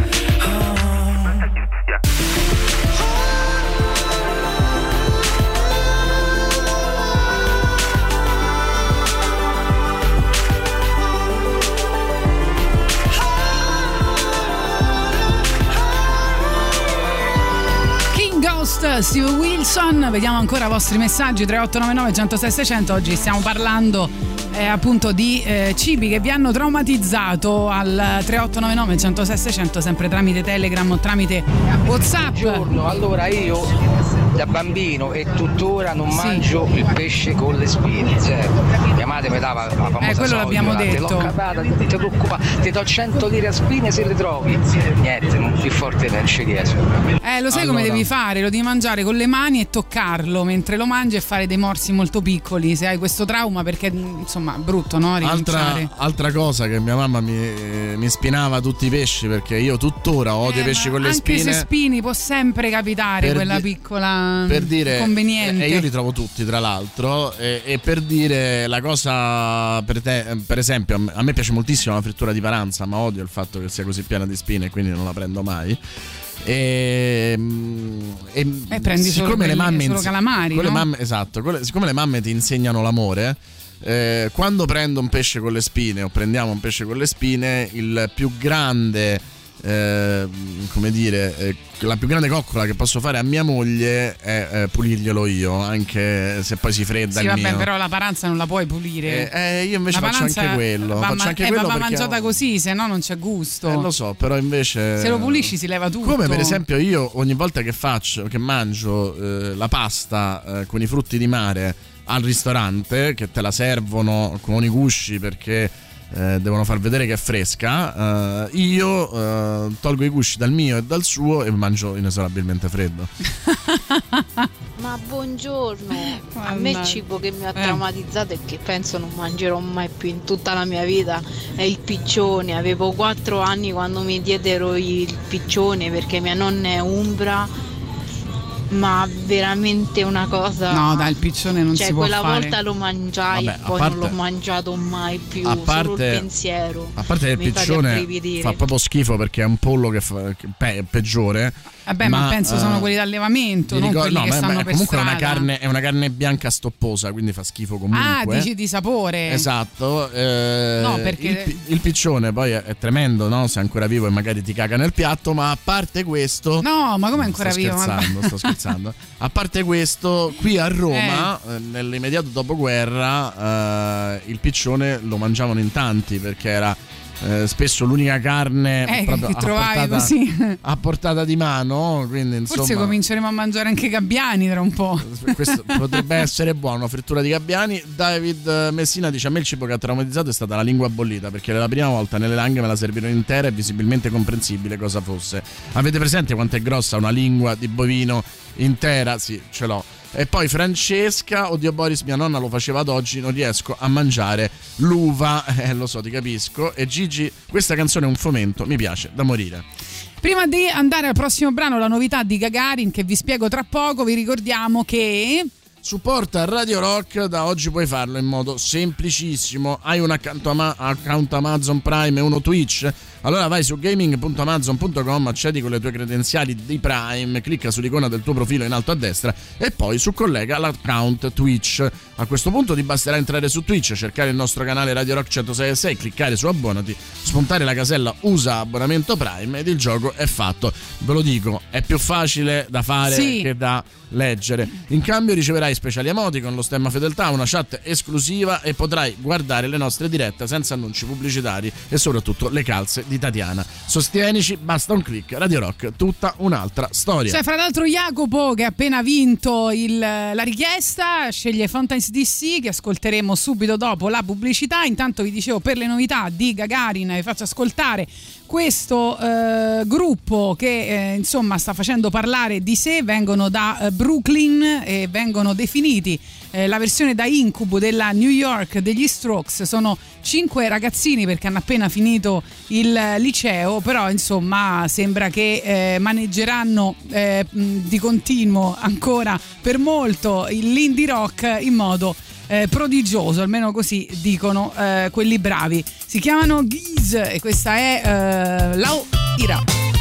Steve Wilson, vediamo ancora i vostri messaggi 3899 106 600. Oggi stiamo parlando appunto di cibi che vi hanno traumatizzato al 3899 106 600, sempre tramite Telegram o tramite WhatsApp. Buongiorno, allora io da bambino e tuttora non mangio il pesce con le spine, zero. Mia madre mi dava la famosa quello l'abbiamo detto. Te l'ho capata, ti preoccupa, ti do 100 lire a spine se le trovi. Niente, non più forte non ci riesco. Lo sai come devi fare? Lo devi mangiare con le mani e toccarlo mentre lo mangi e fare dei morsi molto piccoli se hai questo trauma, perché insomma brutto, no? Altra cosa che mia mamma mi spinava tutti i pesci, perché io tuttora odio i pesci con le spine. Anche se spini può sempre capitare quella piccola per dire, inconveniente. E io li trovo tutti tra l'altro, e per dire la cosa per esempio a me piace moltissimo la frittura di paranza, ma odio il fatto che sia così piena di spine e quindi non la prendo mai. Prendi siccome le mamme solo calamari, no? Siccome le mamme ti insegnano l'amore, quando prendo un pesce con le spine o prendiamo un pesce con le spine, il più grande la più grande coccola che posso fare a mia moglie è pulirglielo io, anche se poi si fredda il mio. Però la paranza non la puoi pulire. Io invece faccio anche quello. Va mangiata così, se no non c'è gusto. Lo so, però invece se lo pulisci si leva tutto. Come per esempio io ogni volta che mangio la pasta con i frutti di mare al ristorante, che te la servono con i gusci perché devono far vedere che è fresca, io tolgo i gusci dal mio e dal suo e mangio inesorabilmente freddo. Ma buongiorno, a me il cibo che mi ha traumatizzato e che penso non mangerò mai più in tutta la mia vita è il piccione. Avevo 4 anni quando mi diedero il piccione, perché mia nonna è umbra. Ma veramente una cosa. No, dai, il piccione non si può fare. Quella volta lo mangiai, poi non l'ho mangiato mai più. Solo il pensiero. A parte che il piccione fa proprio schifo, perché è un pollo che è peggiore. Vabbè, ma penso sono quelli d'allevamento, non quelli che stanno per comunque strada. è una carne bianca stopposa, quindi fa schifo comunque. Dici di sapore. Esatto. No, perché il piccione poi è tremendo, no? Se è ancora vivo e magari ti caga nel piatto, ma a parte questo. No, ma come è ancora vivo? Sto scherzando. A parte questo, qui a Roma, nell'immediato dopoguerra, il piccione lo mangiavano in tanti, perché era spesso l'unica carne proprio che trovavi così a portata di mano, quindi insomma forse cominceremo a mangiare anche gabbiani tra un po'. Questo potrebbe essere buono, una frittura di gabbiani. David Messina dice: a me il cibo che ha traumatizzato è stata la lingua bollita, perché la prima volta nelle langhe me la servirono intera e visibilmente comprensibile cosa fosse. Avete presente quanto è grossa una lingua di bovino intera? Sì, ce l'ho. E poi Francesca: oddio Boris, mia nonna lo faceva ad oggi, non riesco a mangiare l'uva. Lo so, ti capisco. E Gigi: questa canzone è un fomento, mi piace da morire. Prima di andare al prossimo brano, la novità di Gagarin che vi spiego tra poco, vi ricordiamo che supporta Radio Rock. Da oggi puoi farlo in modo semplicissimo. Hai un account Amazon Prime e uno Twitch? Allora vai su gaming.amazon.com, accedi con le tue credenziali di Prime, clicca sull'icona del tuo profilo in alto a destra e poi su collega l'account Twitch. A questo punto ti basterà entrare su Twitch, cercare il nostro canale Radio Rock 106.6, cliccare su abbonati, spuntare la casella usa abbonamento Prime ed il gioco è fatto. Ve lo dico, è più facile da fare che da leggere. In cambio riceverai riceverai speciali emoticon, lo stemma fedeltà, una chat esclusiva e potrai guardare le nostre dirette senza annunci pubblicitari e soprattutto le calze di Tatiana. Sostienici, basta un click. Radio Rock, tutta un'altra storia. C'è fra l'altro Jacopo che ha appena vinto la richiesta, sceglie Fontaine's DC, che ascolteremo subito dopo la pubblicità. Intanto vi dicevo, per le novità di Gagarin vi faccio ascoltare questo gruppo che insomma sta facendo parlare di sé. Vengono da Brooklyn e vengono definiti la versione da incubo della New York degli Strokes. Sono 5 ragazzini perché hanno appena finito il liceo, però insomma sembra che maneggeranno di continuo ancora per molto l'indie rock in modo prodigioso, almeno così dicono quelli bravi. Si chiamano Giz e questa è Lao Ira.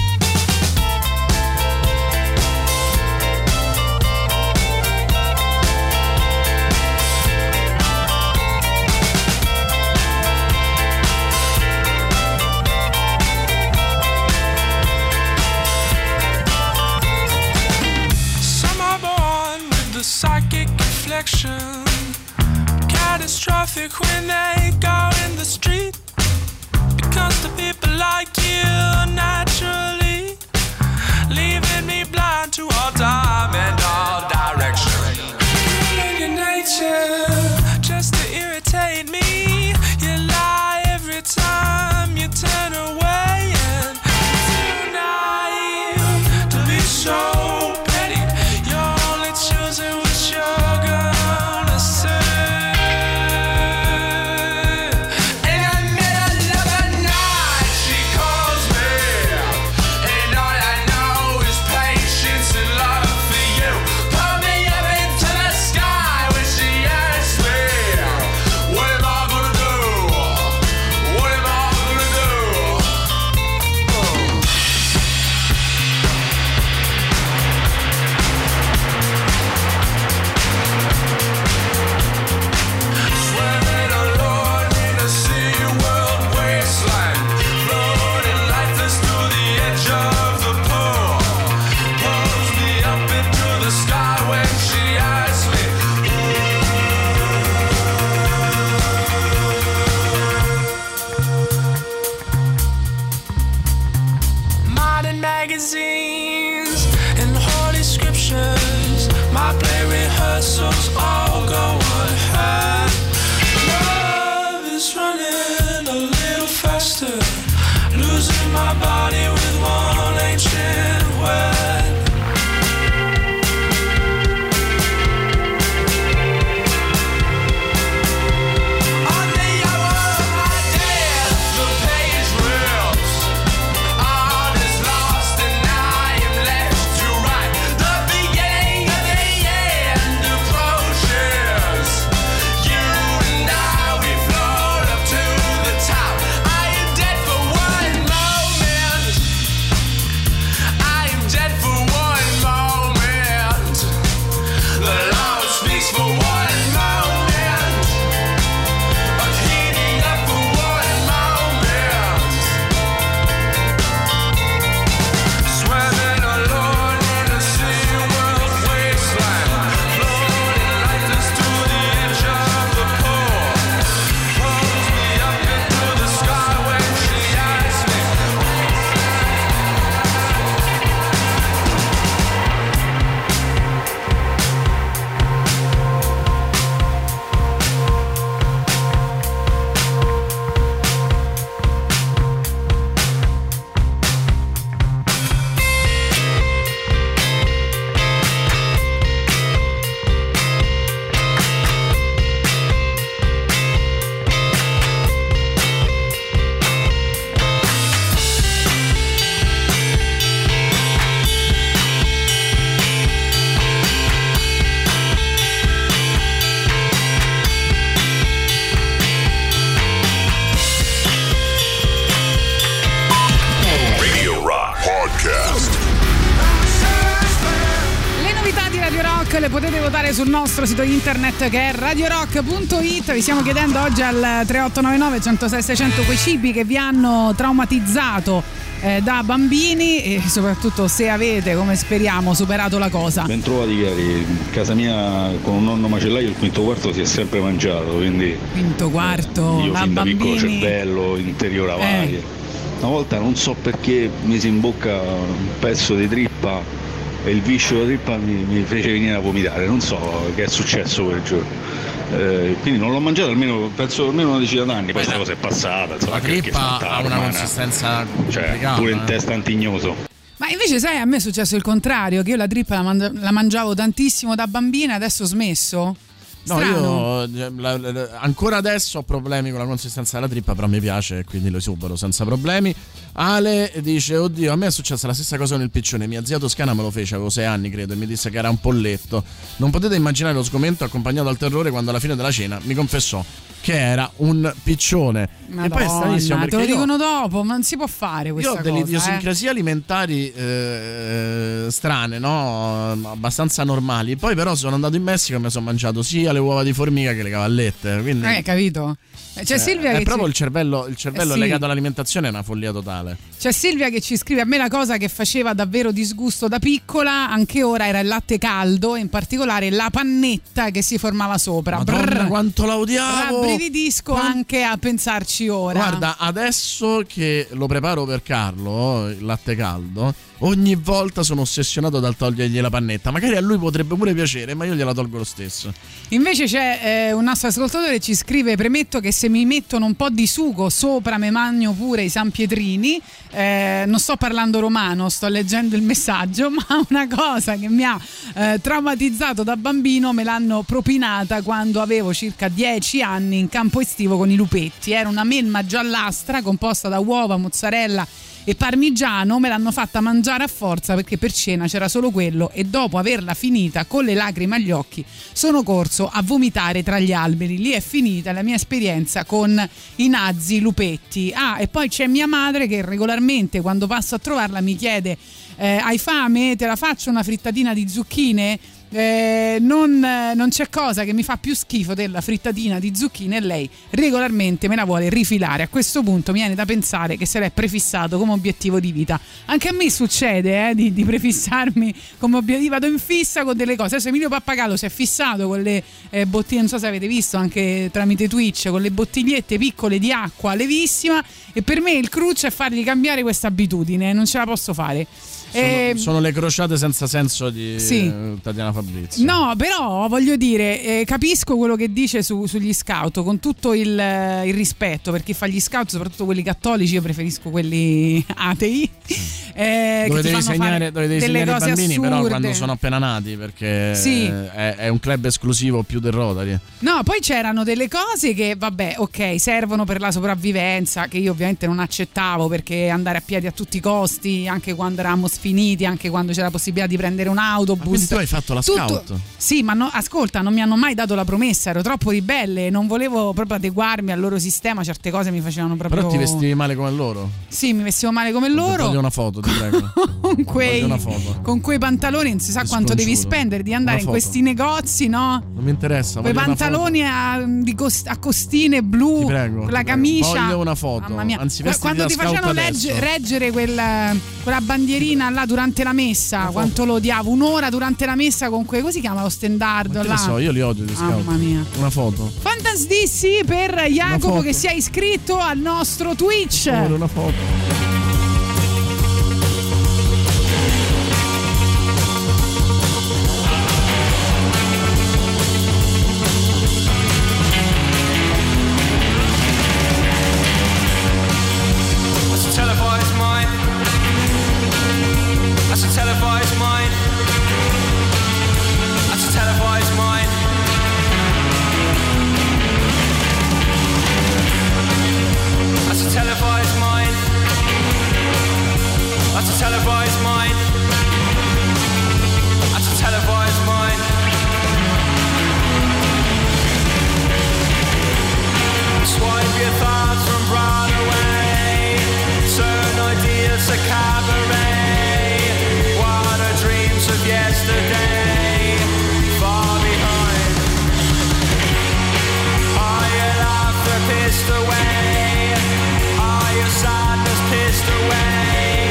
Psychic reflection, catastrophic when they go in the street, because the people like you naturally leaving me blind to all time and all direction. In your nature, just to irritate me, you lie every time you turn away, and too naive to be so petty. You're only choosing what you're gonna say. And I met another night, she calls me, and all I know is patience and love for you. Pull me up into the sky when she asks me, what am I gonna do? What am I gonna do? Swimming alone in a sea world wasteland, floating lifeless to the edge of the pool. Pulls me up into the sky when she asks me. Modern magazines and holy scriptures, my play rehearsals all go ahead. Love is running a little faster, losing my body with one ancient word. On the hour of my death, the page rips. All is lost and I am left to write the beginning of the end approaches. You and I, we float up to the top. I am dead for one moment. I am dead for one moment. The Lord speaks for one moment. Of heating up for one moment. Swimming alone in a sea world wasteland, floating lifeless to the edge of the pool. Pulls me up into the sky when she asks me. Radio Rock Podcast. Le novità di Radio Rock le potete votare sul nostro sito internet che è radiorock.it. Vi stiamo chiedendo oggi al 3899 106 600 quei cibi che vi hanno traumatizzato da bambini, e soprattutto se avete, come speriamo, superato la cosa. Ben trovati cari, casa mia con un nonno macellaio il quinto quarto si è sempre mangiato, quindi quinto quarto io da fin da bambini. piccolo cervello interiora varie. Una volta non so perché misi in bocca un pezzo di trippa e il viscio della trippa mi fece venire a vomitare, non so che è successo quel giorno. Quindi non l'ho mangiato penso almeno una decina d'anni, poi questa cosa è passata, insomma, la trippa ha una consistenza complicata, pure in testa antignoso. Ma invece sai, a me è successo il contrario, che io la trippa la mangiavo tantissimo da bambina, adesso ho smesso. No, io ancora adesso ho problemi con la consistenza della trippa, però mi piace e quindi lo supero senza problemi. Ale dice: oddio, a me è successa la stessa cosa con il piccione. Mia zia toscana me lo fece, avevo 6 anni credo, e mi disse che era un polletto. Non potete immaginare lo sgomento accompagnato dal terrore quando alla fine della cena mi confessò che era un piccione. Madonna, e poi è stranissimo perché te lo dicono dopo, ma non si può fare questa cosa. Io ho delle idiosincrasie alimentari strane, no? Abbastanza normali. Poi però sono andato in Messico e mi sono mangiato sia le uova di formica che le cavallette. Quindi, capito? C'è Silvia è che proprio il cervello sì. legato all'alimentazione è una follia totale. C'è Silvia che ci scrive: a me la cosa che faceva davvero disgusto da piccola, anche ora, era il latte caldo, e in particolare la pannetta che si formava sopra. Madonna, quanto la odiavo! Rabbrividisco anche a pensarci ora. Guarda, adesso che lo preparo per Carlo, il latte caldo, ogni volta sono ossessionato dal togliergli la pannetta. Magari a lui potrebbe pure piacere, ma io gliela tolgo lo stesso. Invece c'è un nostro ascoltatore che ci scrive: premetto che se mi mettono un po' di sugo sopra me magno pure i sanpietrini. Non sto parlando romano, sto leggendo il messaggio, ma una cosa che mi ha traumatizzato da bambino me l'hanno propinata quando avevo circa 10 anni in campo estivo con i lupetti. Era una melma giallastra composta da uova, mozzarella e parmigiano. Me l'hanno fatta mangiare a forza perché per cena c'era solo quello, e dopo averla finita con le lacrime agli occhi sono corso a vomitare tra gli alberi. Lì è finita la mia esperienza con i nazzi lupetti. E poi c'è mia madre che regolarmente quando passo a trovarla mi chiede: hai fame? Te la faccio una frittatina di zucchine? Non c'è cosa che mi fa più schifo della frittatina di zucchine, e lei regolarmente me la vuole rifilare. A questo punto mi viene da pensare che se l'è prefissato come obiettivo di vita. Anche a me succede di prefissarmi come obiettivo, vado in fissa con delle cose. Adesso Emilio Pappagallo si è fissato con le bottiglie, non so se avete visto anche tramite Twitch, con le bottigliette piccole di acqua levissima, e per me il cruccio è fargli cambiare questa abitudine, non ce la posso fare. Sono le crociate senza senso di Tatiana Fabrizio. No, però voglio dire, capisco quello che dice sugli scout, con tutto il rispetto per chi fa gli scout, soprattutto quelli cattolici. Io preferisco quelli atei. Dove devi insegnare i bambini assurde, però quando sono appena nati, perché è un club esclusivo più del Rotary. No, poi c'erano delle cose che vabbè, ok, servono per la sopravvivenza, che io ovviamente non accettavo, perché andare a piedi a tutti i costi, anche quando eravamo sfiniti, anche quando c'era la possibilità di prendere un autobus. Quindi tu hai fatto la scout? Sì, ma ascolta, non mi hanno mai dato la promessa, ero troppo ribelle, non volevo proprio adeguarmi al loro sistema, certe cose mi facevano proprio. Però ti vestivi male come loro? Sì, mi vestivo male come loro. Voglio una foto, ti prego. con quei pantaloni non si sa quanto devi spendere, di andare in questi negozi, no? Non mi interessa. Quei pantaloni a costine blu, ti prego, la camicia. Voglio una foto. Mamma mia. Anzi, quando ti facevano reggere quella bandierina là durante la messa, quanto lo odiavo. Un'ora durante la messa con come si chiama lo stendardo là? Non so, io li odio di scout. Mamma mia. Una foto. Fantastissi per Jacopo che si è iscritto al nostro Twitch. Una foto. Pissed away?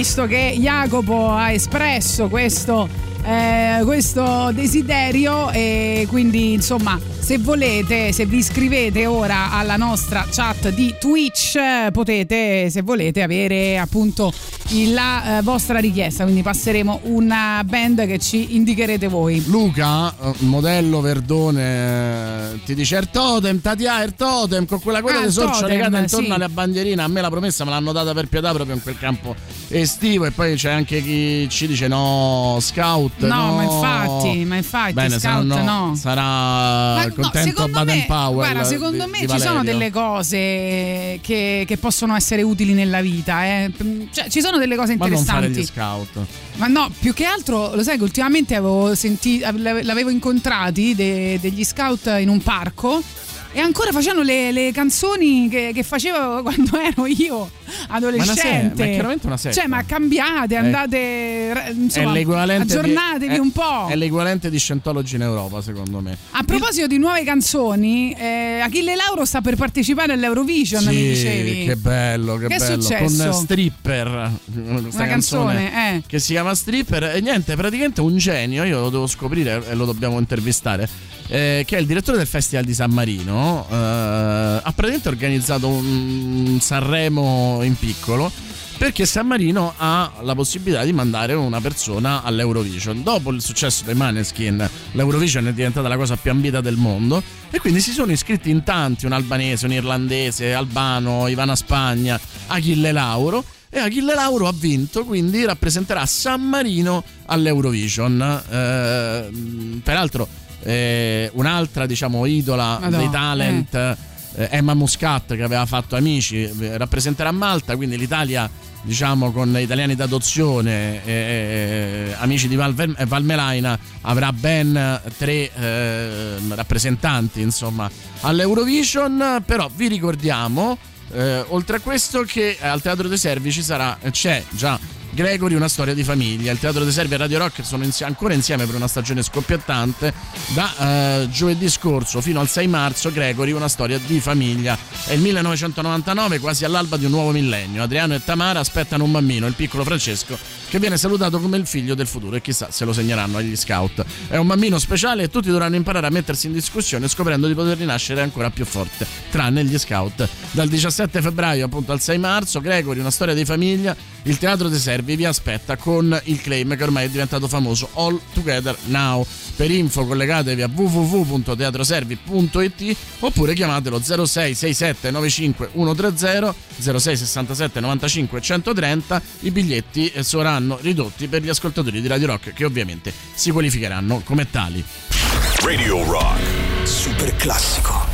visto che Jacopo ha espresso questo desiderio, e quindi insomma se volete, se vi iscrivete ora alla nostra chat di Twitch, potete, se volete, avere appunto la vostra richiesta, quindi passeremo una band che ci indicherete voi. Luca, modello Verdone, ti dice il totem, Tatia, il totem, con quella di sorcio legata intorno alle bandierine. A me la promessa me l'hanno data per pietà proprio in quel campo estivo, e poi c'è anche chi ci dice no, scout. No, ma infatti bene, scout no. Sarà contento Baden Powell. Guarda, secondo me ci sono delle cose che possono essere utili nella vita, cioè ci sono delle cose interessanti. Ma non fare gli scout. Ma no, più che altro, lo sai che ultimamente l'avevo incontrati degli scout in un parco, e ancora facevano le canzoni che facevo quando ero io adolescente. Ma è chiaramente una setta. Cioè, ma cambiate, andate, insomma, aggiornatevi un po'. È l'equivalente di Scientology in Europa, secondo me. A proposito di nuove canzoni, Achille Lauro sta per partecipare all'Eurovision, mi dicevi. Che bello, che bello. È successo? Con Stripper, questa canzone che si chiama Stripper. E niente, praticamente un genio, io lo devo scoprire e lo dobbiamo intervistare, che è il direttore del Festival di San Marino. Ha praticamente organizzato un Sanremo in piccolo, perché San Marino ha la possibilità di mandare una persona all'Eurovision. Dopo il successo dei Maneskin, l'Eurovision è diventata la cosa più ambita del mondo, e quindi si sono iscritti in tanti, un albanese, un irlandese, Albano, Ivana Spagna, Achille Lauro. E Achille Lauro ha vinto, quindi rappresenterà San Marino all'Eurovision. Peraltro un'altra, diciamo, idola dei talent, Emma Muscat, che aveva fatto Amici, rappresenterà Malta, quindi l'Italia, diciamo, con Italiani d'adozione, Amici di Valmelaina, avrà ben 3 rappresentanti, insomma, all'Eurovision. Però vi ricordiamo, oltre a questo, che al Teatro dei Servi c'è già Gregory, una storia di famiglia. Il Teatro dei Servi e Radio Rock sono ancora insieme per una stagione scoppiettante. Da giovedì scorso fino al 6 marzo Gregory, una storia di famiglia. È il 1999, quasi all'alba di un nuovo millennio. Adriano e Tamara aspettano un bambino, il piccolo Francesco, che viene salutato come il figlio del futuro, e chissà se lo segneranno agli scout. È un bambino speciale e tutti dovranno imparare a mettersi in discussione, scoprendo di poter rinascere ancora più forte, tranne gli scout. Dal 17 febbraio appunto al 6 marzo Gregory, una storia di famiglia. Il Teatro dei Servi vi aspetta con il claim che ormai è diventato famoso, All Together Now. Per info collegatevi a www.teatroservi.it oppure chiamatelo 06 67 95 130 06 67 95 130. I biglietti saranno ridotti per gli ascoltatori di Radio Rock, che ovviamente si qualificheranno come tali. Radio Rock Super classico.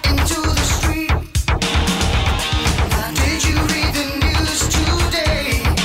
Did you read the news today?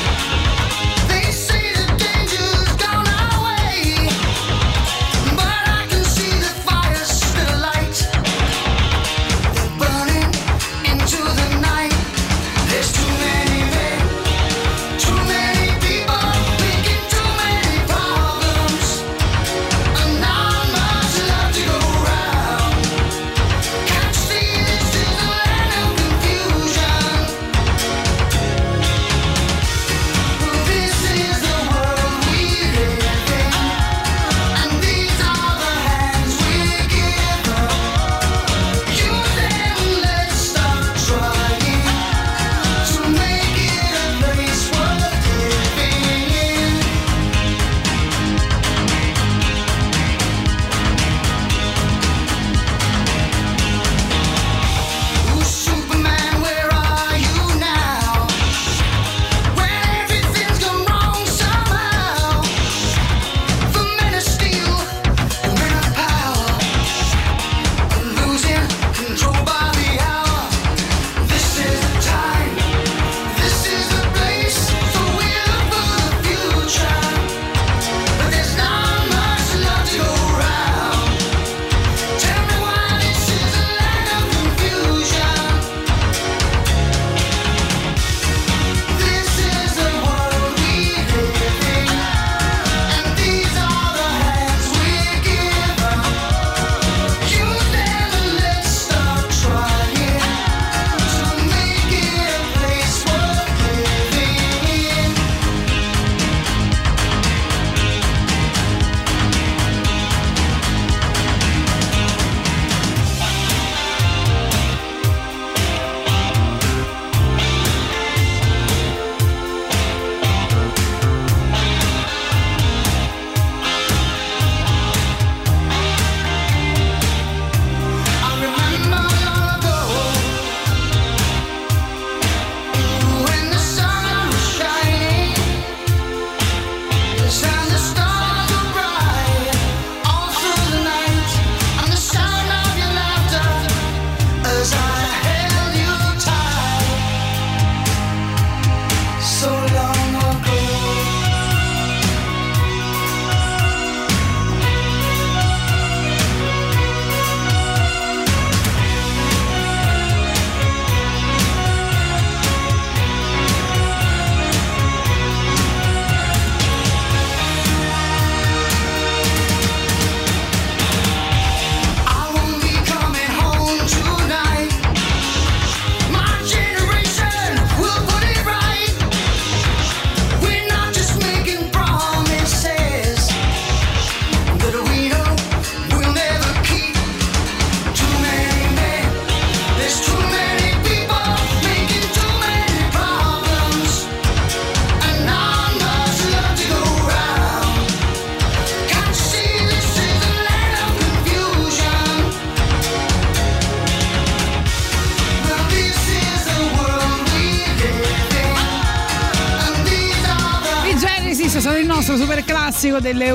nostro super classico delle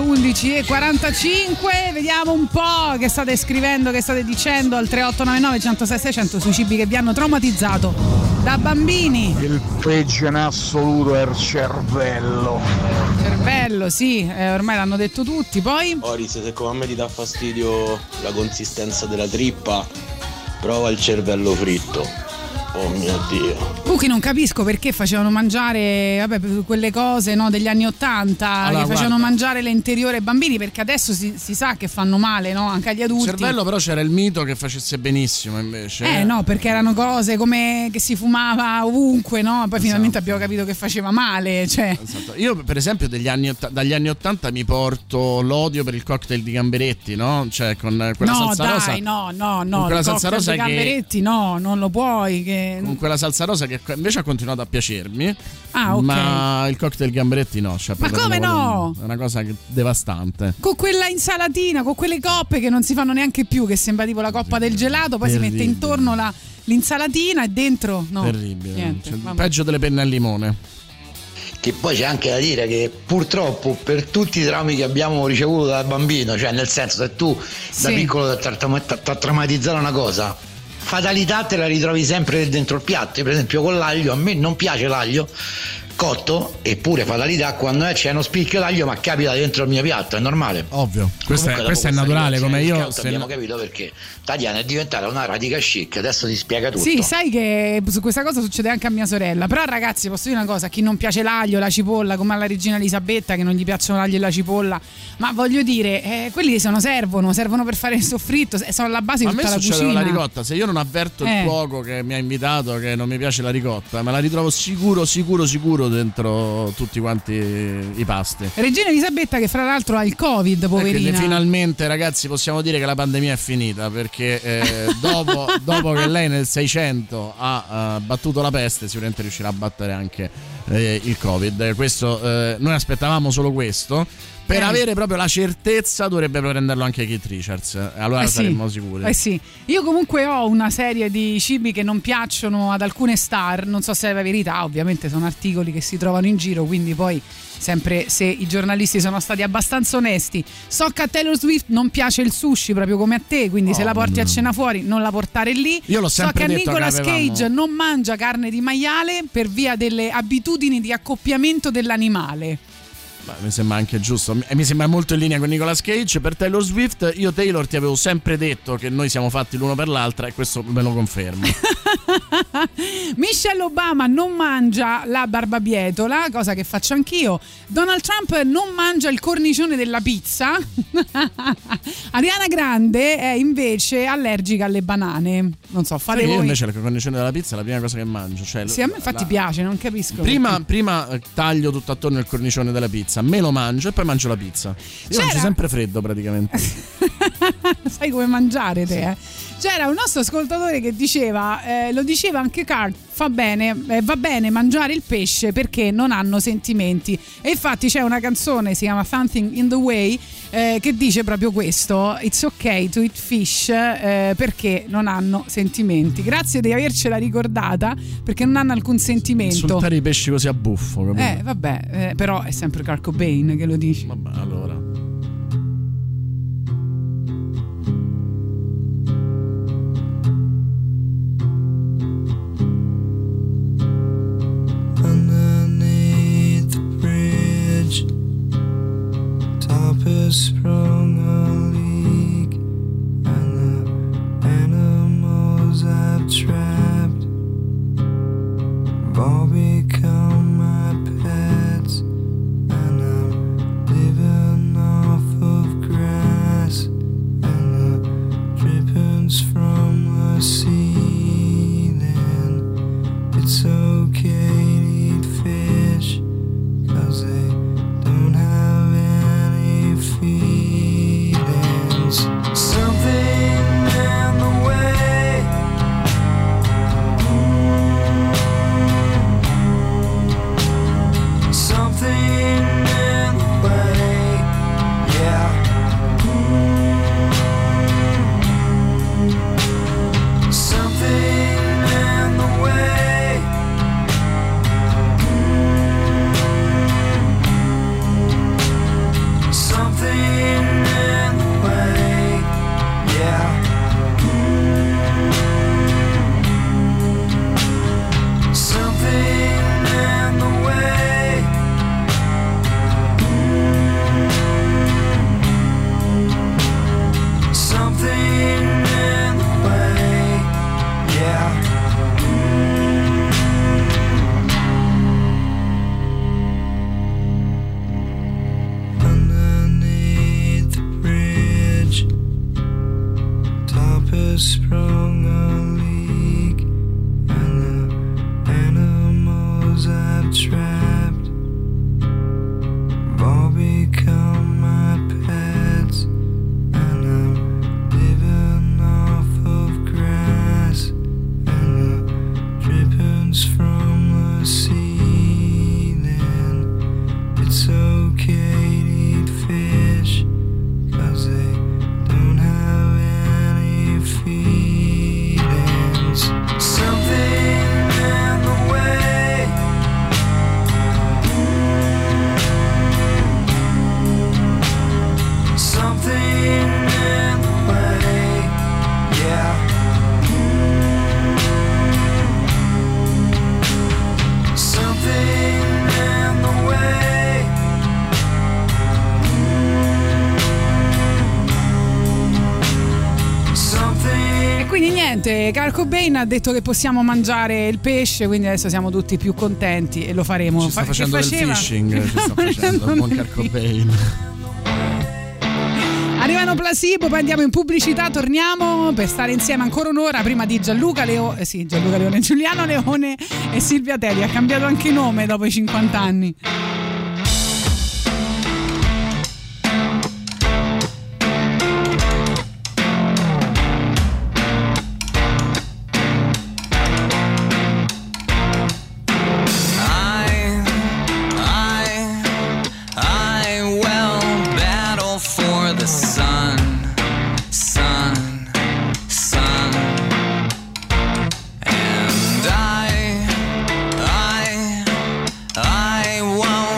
11:45. Vediamo un po' che state scrivendo, che state dicendo al 3899 106 600 sui cibi che vi hanno traumatizzato da bambini. Il peggio in assoluto è il cervello. Cervello, sì, ormai l'hanno detto tutti. Poi Oris, se come a me ti dà fastidio la consistenza della trippa, prova il cervello fritto. Oh mio Dio. Che non capisco perché facevano mangiare quelle cose, no, degli anni '80, allora, che facevano mangiare le interiore ai bambini, perché adesso si sa che fanno male, no, anche agli adulti. Il cervello però c'era il mito che facesse benissimo invece. No, perché erano cose come che si fumava ovunque, no? Poi finalmente abbiamo capito che faceva male, cioè. Esatto. Io per esempio dagli anni '80 mi porto l'odio per il cocktail di gamberetti, no? Cioè con quella salsa rosa. No, con quella salsa rosa di gamberetti, no, non lo puoi che... Con quella salsa rosa che invece ha continuato a piacermi. Ah, ok. Ma il cocktail gamberetti no. Cioè, ma come no? È una cosa devastante. Con quella insalatina, con quelle coppe che non si fanno neanche più, che sembra tipo la coppa del gelato, poi terribile. Si mette intorno l'insalatina e dentro no. Terribile. Niente, peggio delle penne al limone. Che poi c'è anche da dire che purtroppo per tutti i traumi che abbiamo ricevuto da bambino, cioè nel senso, se tu da piccolo ti ha traumatizzato una cosa, fatalità te la ritrovi sempre dentro il piatto. Per esempio con l'aglio, a me non piace l'aglio cotto, eppure fatalità, quando c'è uno spicchio d'aglio ma capita dentro il mio piatto, è normale. Ovvio, questo è naturale, come io abbiamo capito perché Tatiana è diventata una radica chic, adesso ti spiega tutto. Sì, sai che su questa cosa succede anche a mia sorella. Però ragazzi, posso dire una cosa, a chi non piace l'aglio, la cipolla, come alla regina Elisabetta che non gli piacciono l'aglio e la cipolla, ma voglio dire, quelli servono per fare il soffritto, sono alla base di tutta la cucina. A me succede la ricotta, se io non avverto il cuoco che mi ha invitato che non mi piace la ricotta, me la ritrovo sicuro dentro tutti quanti i pasti. Regina Elisabetta che fra l'altro ha il Covid, poverina. Finalmente ragazzi possiamo dire che la pandemia è finita, perché dopo che lei nel 600 ha battuto la peste, sicuramente riuscirà a battere anche il Covid. Questo noi aspettavamo solo questo. Per avere proprio la certezza dovrebbe prenderlo anche Keith Richards. Allora saremmo sicuri. Sì. Io comunque ho una serie di cibi che non piacciono ad alcune star. Non so se è la verità, ovviamente sono articoli che si trovano in giro, quindi poi sempre se i giornalisti sono stati abbastanza onesti. So che a Taylor Swift non piace il sushi proprio come a te, quindi se la porti a cena fuori non la portare lì. Io l'ho sempre detto. So che a Nicolas Cage non mangia carne di maiale per via delle abitudini di accoppiamento dell'animale. Mi sembra anche giusto, mi sembra molto in linea con Nicolas Cage. Per Taylor Swift, io Taylor ti avevo sempre detto che noi siamo fatti l'uno per l'altra e questo me lo confermo. Michelle Obama non mangia la barbabietola, cosa che faccio anch'io. Donald Trump non mangia il cornicione della pizza. Ariana Grande è invece allergica alle banane. Non so, fate voi. Io invece il cornicione della pizza è la prima cosa che mangio, cioè sì, a me infatti piace, non capisco. Prima taglio tutto attorno il cornicione della pizza, me lo mangio e poi mangio la pizza. Io mangio sempre freddo praticamente. Sai come mangiare te, C'era un nostro ascoltatore che diceva, lo diceva anche Carl, va bene mangiare il pesce perché non hanno sentimenti. E infatti c'è una canzone, si chiama Something in the Way, che dice proprio questo: it's okay to eat fish, perché non hanno sentimenti. Grazie di avercela ricordata, perché non hanno alcun sentimento. Insultare i pesci così a buffo, capito? Vabbè, però è sempre Kurt Cobain che lo dice. Vabbè, allora. Sprung a leak, and the animals I've trapped have all become my pets, and I'm living has sprung a leak, and the animals I've trapped have all become my pets, and I'm living off of grass and the drippings from the ceiling. It's okay to eat fish, 'cause they don't have any feelings. Something in the way, something in the way, yeah. Something in the way. E quindi niente, Kurt Cobain ha detto che possiamo mangiare il pesce, quindi adesso siamo tutti più contenti e lo faremo. Ci sta facendo del fishing, ci sta facendo il buon Kurt Cobain. Arrivano Placebo, poi andiamo in pubblicità, torniamo per stare insieme ancora un'ora prima di Gianluca Leone, Giuliano Leone e Silvia Teti. Ha cambiato anche nome dopo i 50 anni. I will battle for the sun, sun, sun, and I won't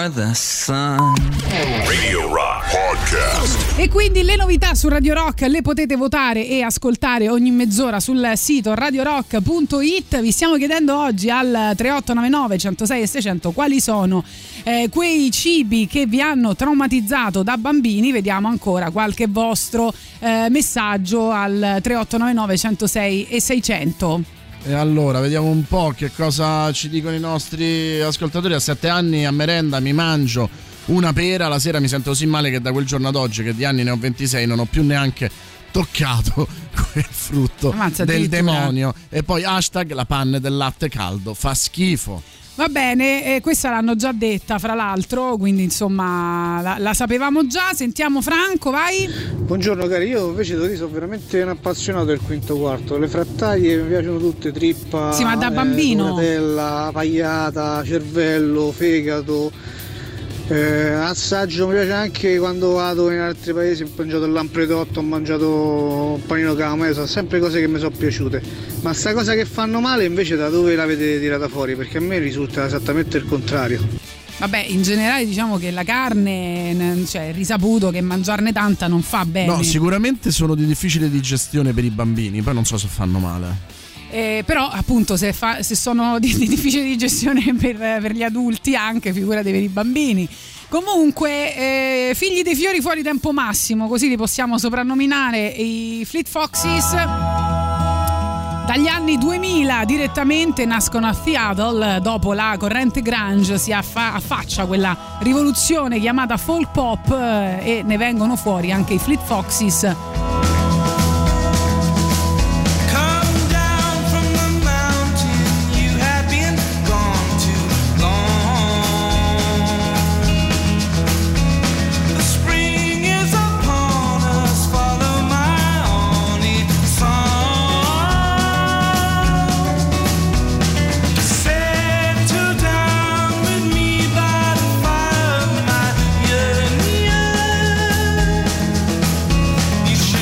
for the sun. Radio Rock Podcast. E quindi le novità su Radio Rock le potete votare e ascoltare ogni mezz'ora sul sito radiorock.it. Vi stiamo chiedendo oggi al 3899 106 e 600 quali sono quei cibi che vi hanno traumatizzato da bambini. Vediamo ancora qualche vostro messaggio al 3899 106 e 600. E allora vediamo un po' che cosa ci dicono i nostri ascoltatori. A 7 anni a merenda mi mangio una pera, la sera mi sento così male che da quel giorno ad oggi, che di anni ne ho 26, non ho più neanche toccato quel frutto del demonio. E poi hashtag la panna del latte caldo fa schifo. Va bene, questa l'hanno già detta fra l'altro, quindi insomma la sapevamo già. Sentiamo Franco, vai. Buongiorno cari, io invece sono veramente un appassionato del quinto quarto. Le frattaglie mi piacciono tutte, trippa, sì, ma da bambino, donatella, pagliata, cervello, fegato. Assaggio mi piace anche quando vado in altri paesi, ho mangiato il lampredotto, ho mangiato un panino calamese, sono sempre cose che mi sono piaciute. Ma sta cosa che fanno male invece da dove l'avete tirata fuori? Perché a me risulta esattamente il contrario. Vabbè, in generale diciamo che la carne, cioè è risaputo che mangiarne tanta non fa bene. No, sicuramente sono di difficile digestione per i bambini, poi non so se fanno male. Però appunto se sono di difficile digestione per gli adulti, anche figurati per i bambini. Comunque figli dei fiori fuori tempo massimo, così li possiamo soprannominare, i Fleet Foxes. Dagli anni 2000 direttamente nascono a Seattle, dopo la corrente grunge si affaccia quella rivoluzione chiamata folk pop e ne vengono fuori anche i Fleet Foxes. You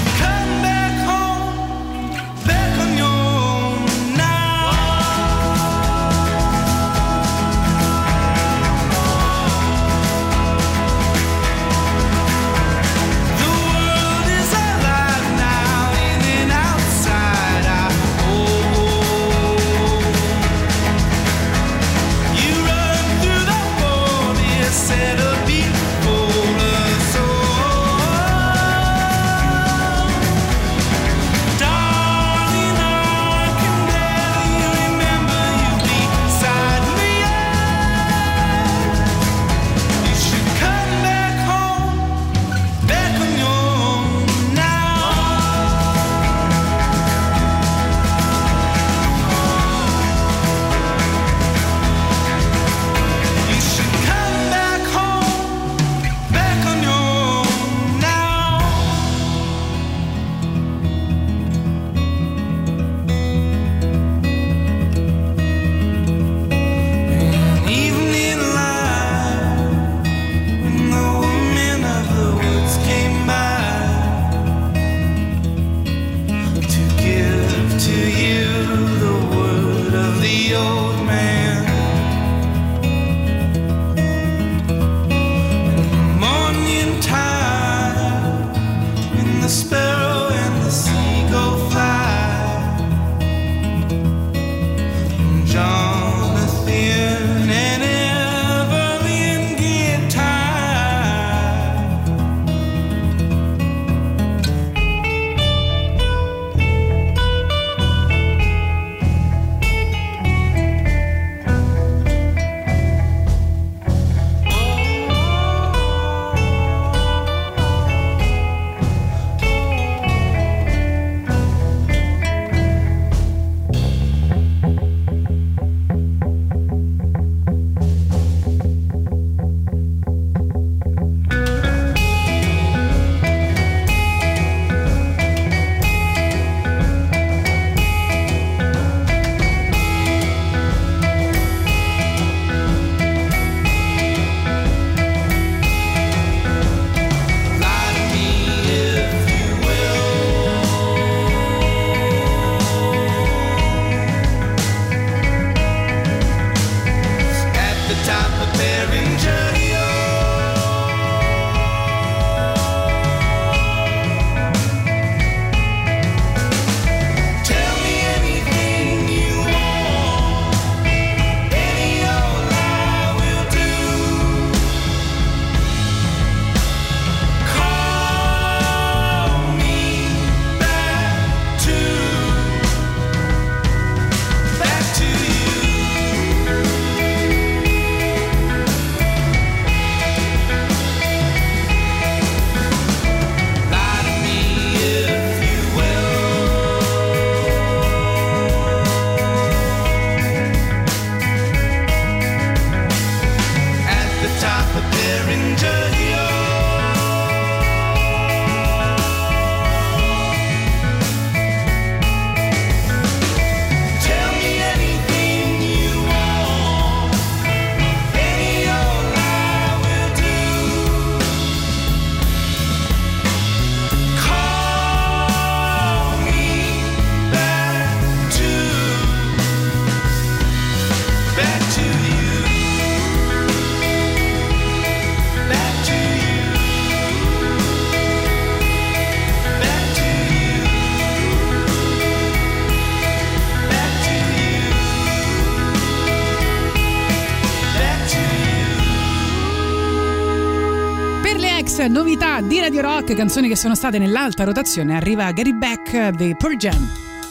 novità di Radio Rock, canzoni che sono state nell'alta rotazione. Arriva Get It Back di Pearl Jam.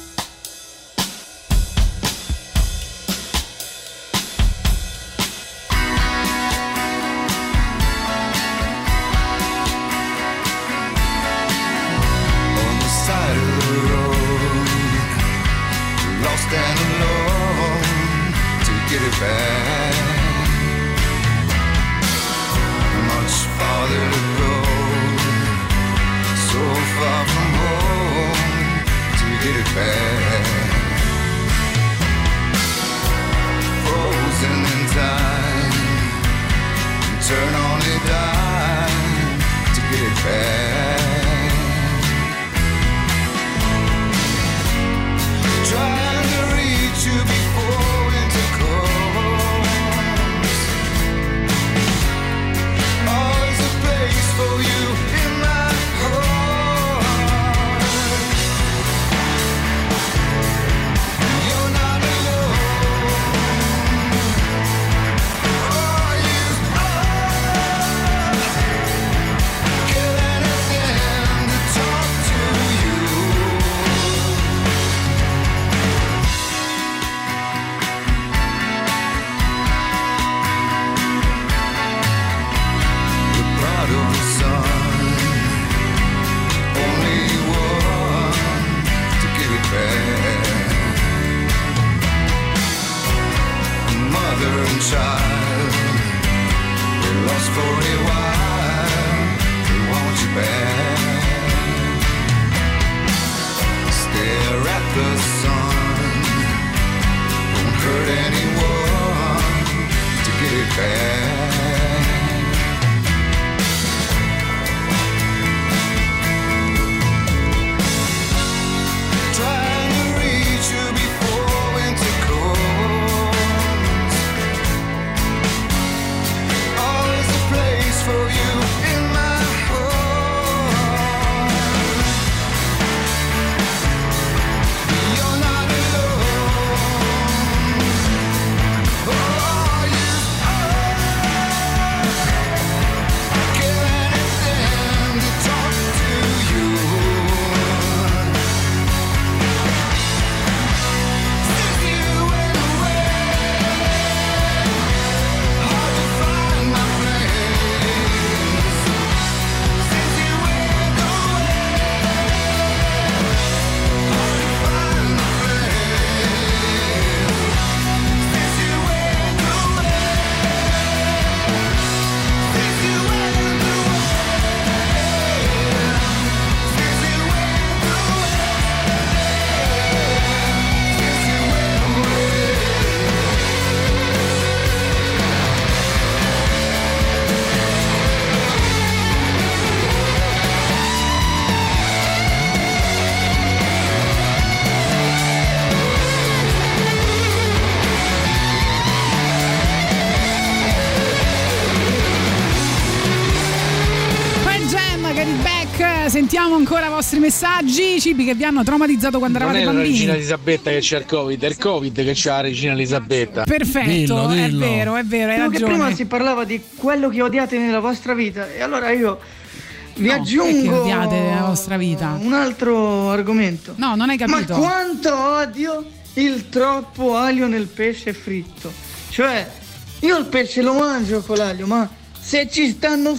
Sentiamo ancora i vostri messaggi, cibi che vi hanno traumatizzato quando eravate bambini. Non è la regina Elisabetta che c'ha il Covid, è il Covid che c'ha la regina Elisabetta. Perfetto, dillo. È vero, hai ragione. Che prima si parlava di quello che odiate nella vostra vita e allora io vi aggiungo che odiate nella vostra vita un altro argomento. No, non hai capito. Ma quanto odio il troppo aglio nel pesce fritto. Cioè, io il pesce lo mangio con l'aglio, ma se ci stanno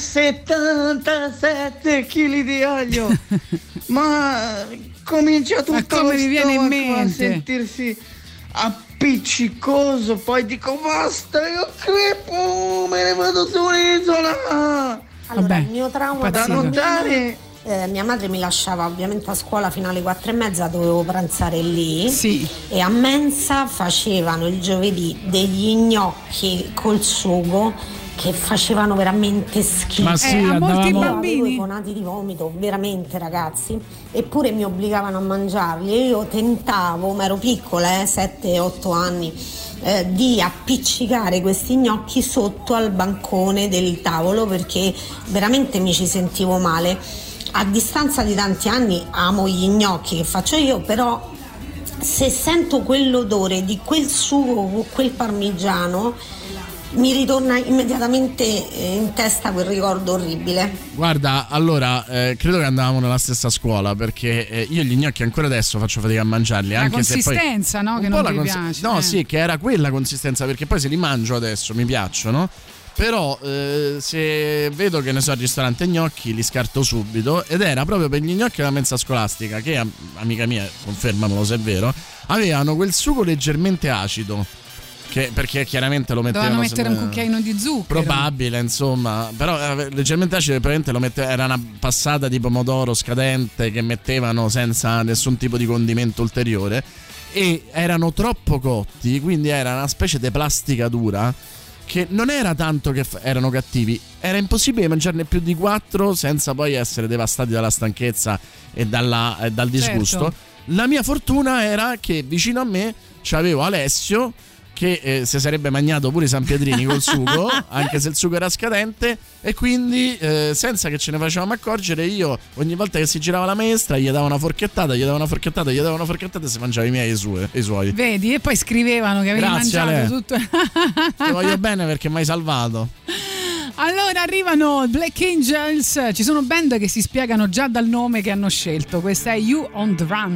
77 kg di aglio, ma comincia tutto lo stomaco a sentirsi appiccicoso, poi dico basta, io crepo, me ne vado su un'isola. Allora, il mio trauma da notare. Mia madre mi lasciava ovviamente a scuola fino alle 4:30, dovevo pranzare lì. Sì. E a mensa facevano il giovedì degli gnocchi col sugo che facevano veramente schifo. Ma sì, a molti bambini avevo i conati di vomito, veramente, ragazzi, eppure mi obbligavano a mangiarli e io tentavo, ma ero piccola, 7-8 anni, di appiccicare questi gnocchi sotto al bancone del tavolo perché veramente mi ci sentivo male. A distanza di tanti anni amo gli gnocchi che faccio io, però se sento quell'odore di quel sugo con quel parmigiano mi ritorna immediatamente in testa quel ricordo orribile. Guarda, allora credo che andavamo nella stessa scuola, perché io gli gnocchi ancora adesso faccio fatica a mangiarli. La anche consistenza, se poi no? Che non ti piace. No, sì, che era quella consistenza, perché poi se li mangio adesso mi piacciono. Però se vedo che ne so al ristorante gnocchi li scarto subito, ed era proprio per gli gnocchi della mensa scolastica che, amica mia, confermamelo se è vero, avevano quel sugo leggermente acido. Perché chiaramente lo mettevano. Dovevano mettere un cucchiaino di zucchero. Probabile, insomma. Però leggermente acido, probabilmente era una passata di pomodoro scadente che mettevano senza nessun tipo di condimento ulteriore. E erano troppo cotti, quindi era una specie di plastica dura. Che non era tanto che erano cattivi, era impossibile mangiarne più di 4 senza poi essere devastati dalla stanchezza e dal disgusto. Certo. La mia fortuna era che vicino a me c'avevo Alessio, che si sarebbe mangiato pure i San Pietrini col sugo, anche se il sugo era scadente, e quindi senza che ce ne facevamo accorgere, io ogni volta che si girava la maestra gli davo una forchettata, e si mangiava i miei e i suoi. Vedi? E poi scrivevano che avevi mangiato tutto. Ti voglio bene perché mi hai salvato. Allora arrivano Black Angels, ci sono band che si spiegano già dal nome che hanno scelto. Questa è You on the Run.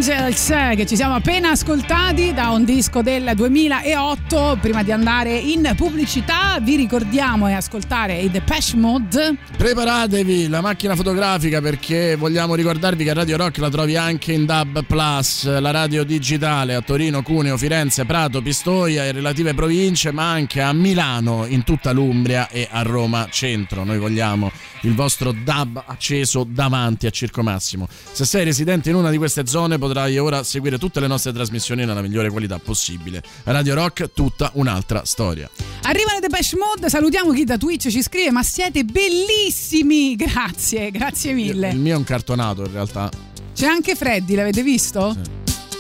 Angels, che ci siamo appena ascoltati da un disco del 2008. Prima di andare in pubblicità vi ricordiamo e ascoltare i Depeche Mode. Preparatevi la macchina fotografica, perché vogliamo ricordarvi che Radio Rock la trovi anche in DAB+, la radio digitale a Torino, Cuneo, Firenze, Prato, Pistoia e relative province, ma anche a Milano, in tutta l'Umbria e a Roma Centro. Noi vogliamo il vostro DAB acceso davanti a Circo Massimo. Se sei residente in una di queste zone potrai ora seguire tutte le nostre trasmissioni nella migliore qualità possibile. Radio Rock, tutta un'altra storia. Arrivano i Depeche Mode, salutiamo chi da Twitch ci scrive: ma siete bellissimi, grazie mille. Il mio è un cartonato in realtà. C'è anche Freddy, l'avete visto? Sì.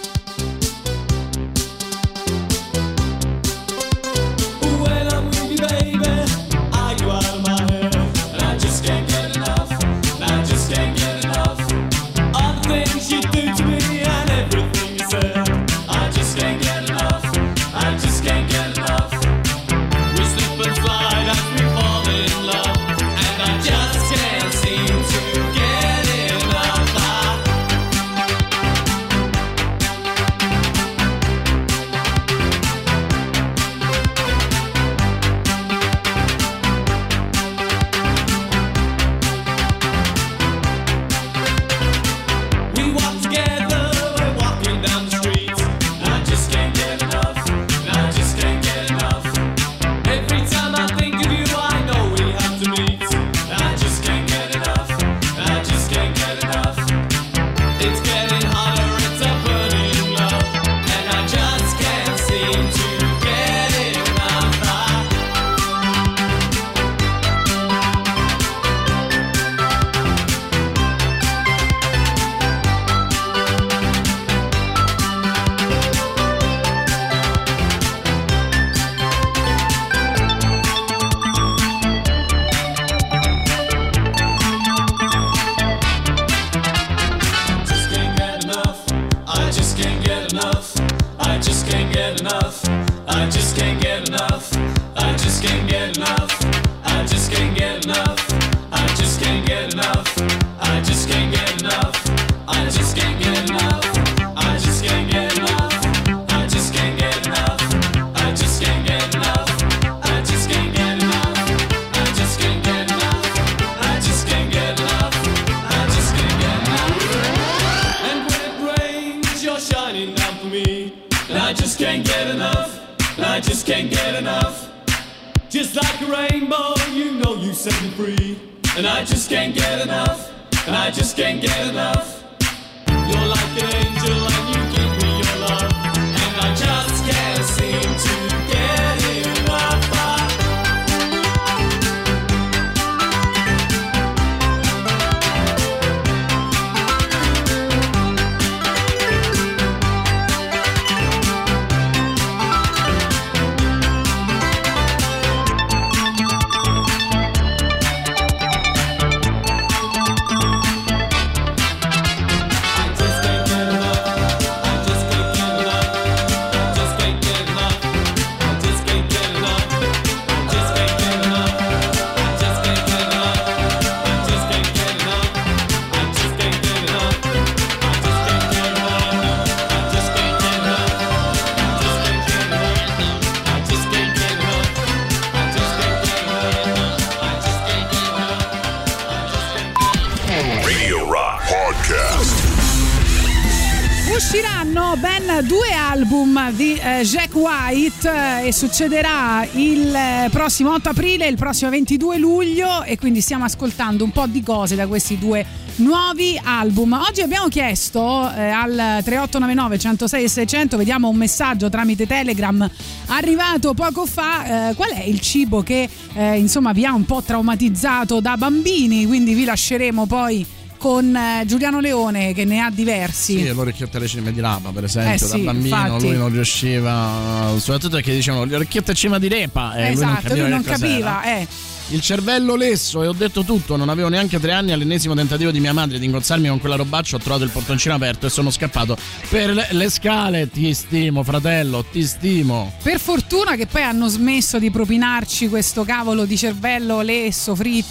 Usciranno ben 2 album di Jack White e succederà il prossimo 8 aprile e il prossimo 22 luglio, e quindi stiamo ascoltando un po' di cose da questi 2 nuovi album. Oggi abbiamo chiesto al 3899 106 e 600, vediamo un messaggio tramite Telegram arrivato poco fa, qual è il cibo che insomma vi ha un po' traumatizzato da bambini, quindi vi lasceremo poi con Giuliano Leone che ne ha diversi. Sì, l'orecchietta alle cime di rapa, per esempio, sì, da bambino infatti. lui non riusciva, soprattutto perché dicevano le orecchiette a cima di repa, esatto, lui non capiva. Il cervello lesso, e ho detto tutto, non avevo neanche 3 anni, all'ennesimo tentativo di mia madre di ingozzarmi con quella robaccia ho trovato il portoncino aperto e sono scappato per le scale. Ti stimo, fratello, ti stimo. Per fortuna che poi hanno smesso di propinarci questo cavolo di cervello lesso, fritto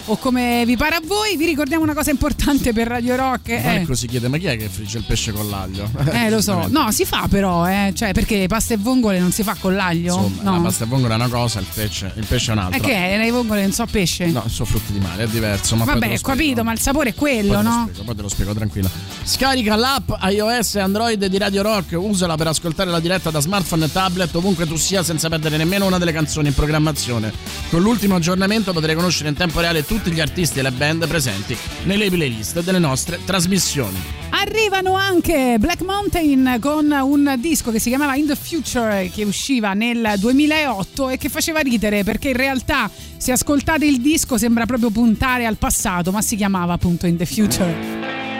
o come vi pare a voi. Vi ricordiamo una cosa importante per Radio Rock. Marco si chiede: ma chi è che frigge il pesce con l'aglio? Lo so, no, si fa però, cioè, perché pasta e vongole non si fa con l'aglio? Insomma, no. La pasta e vongole è una cosa, il pesce è un'altra. Che è? Le vongole non so pesce? No, sono frutti di mare, è diverso. Ma vabbè, ho capito, ma il sapore è quello, poi te lo spiego, tranquilla. Scarica l'app iOS e Android di Radio Rock, usala per ascoltare la diretta da smartphone e tablet ovunque tu sia, senza perdere nemmeno una delle canzoni in programmazione. Con l'ultimo aggiornamento potrai conoscere in tempo reale tutti gli artisti e le band presenti nelle playlist delle nostre trasmissioni. Arrivano anche Black Mountain con un disco che si chiamava In the Future, che usciva nel 2008 e che faceva ridere perché in realtà, se ascoltate il disco, sembra proprio puntare al passato, ma si chiamava appunto In the Future.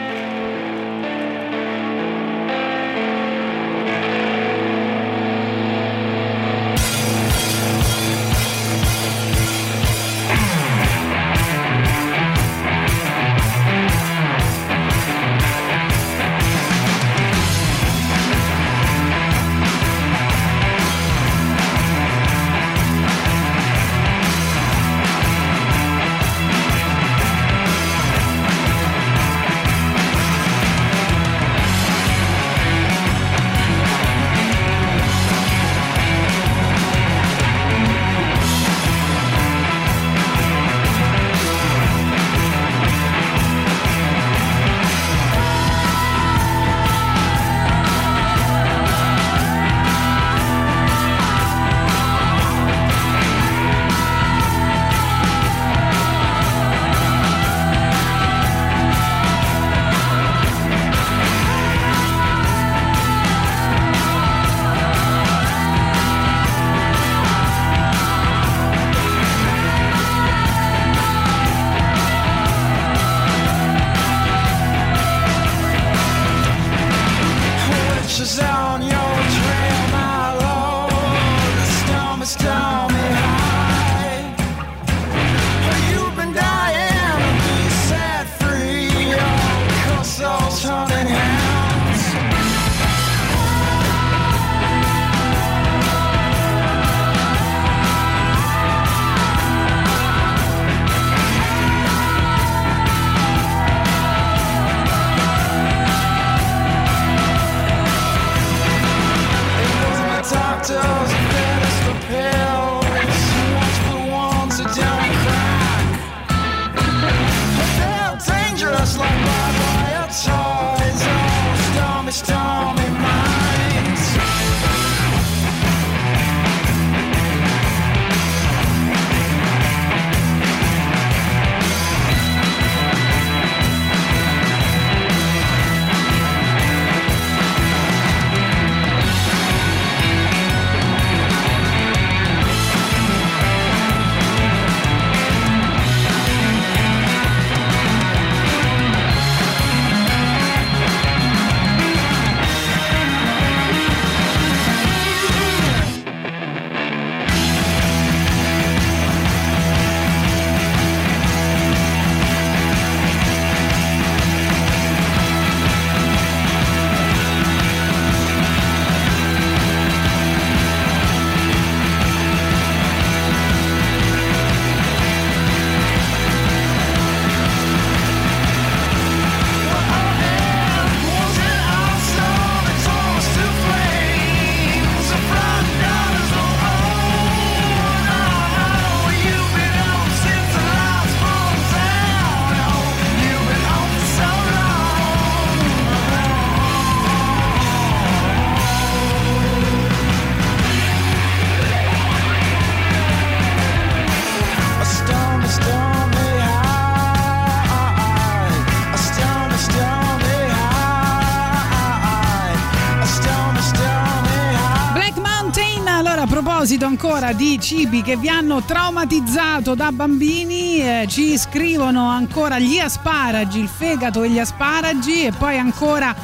proposito ancora di cibi che vi hanno traumatizzato da bambini, ci scrivono ancora gli asparagi, il fegato e gli asparagi, e poi ancora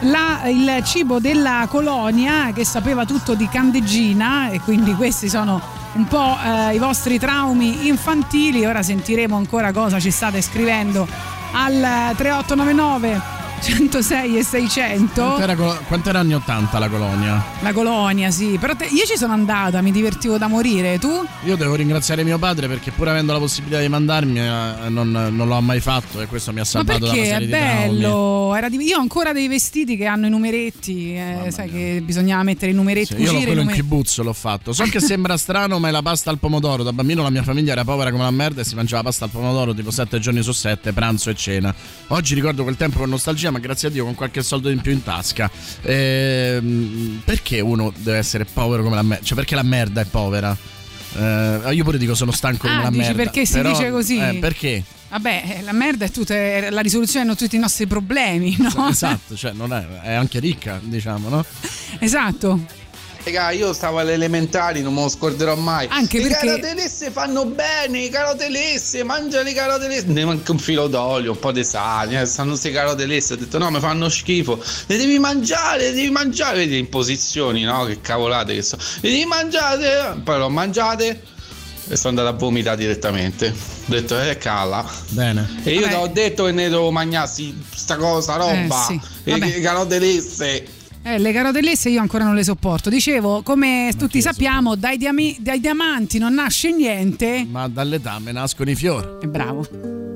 il cibo della colonia che sapeva tutto di candeggina, e quindi questi sono un po' i vostri traumi infantili. Ora sentiremo ancora cosa ci state scrivendo al 3899 106 e 600. Quant'era anni 80 la Colonia? La Colonia, sì, però io ci sono andata, mi divertivo da morire. Tu? Io devo ringraziare mio padre perché pur avendo la possibilità di mandarmi non l'ho mai fatto e questo mi ha salvato da una serie di traumi. Ma perché? È bello. Io ho ancora dei vestiti che hanno i numeretti, sai che bisognava mettere i numeretti, sì, io quello in kibbutz l'ho fatto. So che sembra strano, ma è la pasta al pomodoro. Da bambino la mia famiglia era povera come la merda e si mangiava pasta al pomodoro tipo 7 giorni su 7, pranzo e cena. Oggi ricordo quel tempo con nostalgia, ma grazie a Dio con qualche soldo in più in tasca. Perché uno deve essere povero come la merda? Cioè, perché la merda è povera? Io pure dico sono stanco come la dici merda. Perché si dice così? Perché? Vabbè, la merda è la risoluzione di tutti i nostri problemi, no? Esatto, cioè non è anche ricca, diciamo, no? Esatto. Raga, io stavo alle elementari, non me lo scorderò mai. Anche perché le carote lesse fanno bene, le carote lesse, mangia le carote lesse. Ne manca un filo d'olio, un po' di sale, stanno queste carote lesse. Ho detto no, mi fanno schifo. Le devi mangiare, Vedi le imposizioni, no? Che cavolate che so. Le devi mangiare. Poi l'ho mangiate e sono andato a vomitare direttamente. Ho detto cala. Bene. E io ti ho detto che ne devo mangiarsi sta cosa, roba. Sì. Le carote lesse. Le carote lesse io ancora non le sopporto. Dicevo, come tutti sappiamo, dai diamanti non nasce niente, ma dall'etame nascono i fiori. Bravo.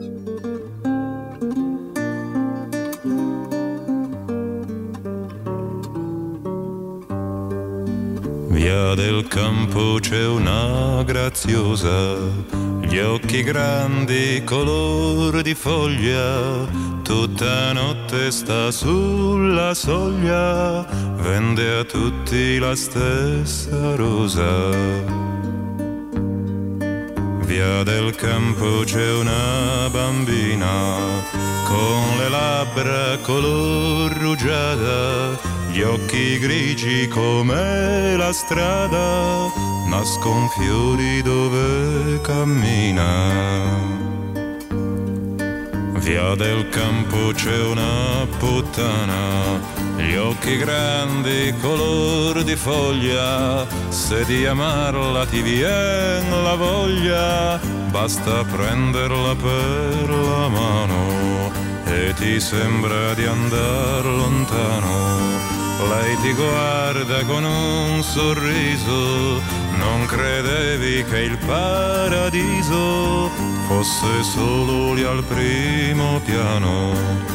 Via del campo c'è una graziosa, gli occhi grandi color di foglia, tutta notte sta sulla soglia, vende a tutti la stessa rosa. Via del campo c'è una bambina con le labbra color rugiada, gli occhi grigi come la strada, nascon fiori dove cammina. Via del campo c'è una puttana, gli occhi grandi color di foglia, se di amarla ti vien la voglia, basta prenderla per la mano e ti sembra di andar lontano. Lei ti guarda con un sorriso, non credevi che il paradiso fosse solo lì al primo piano.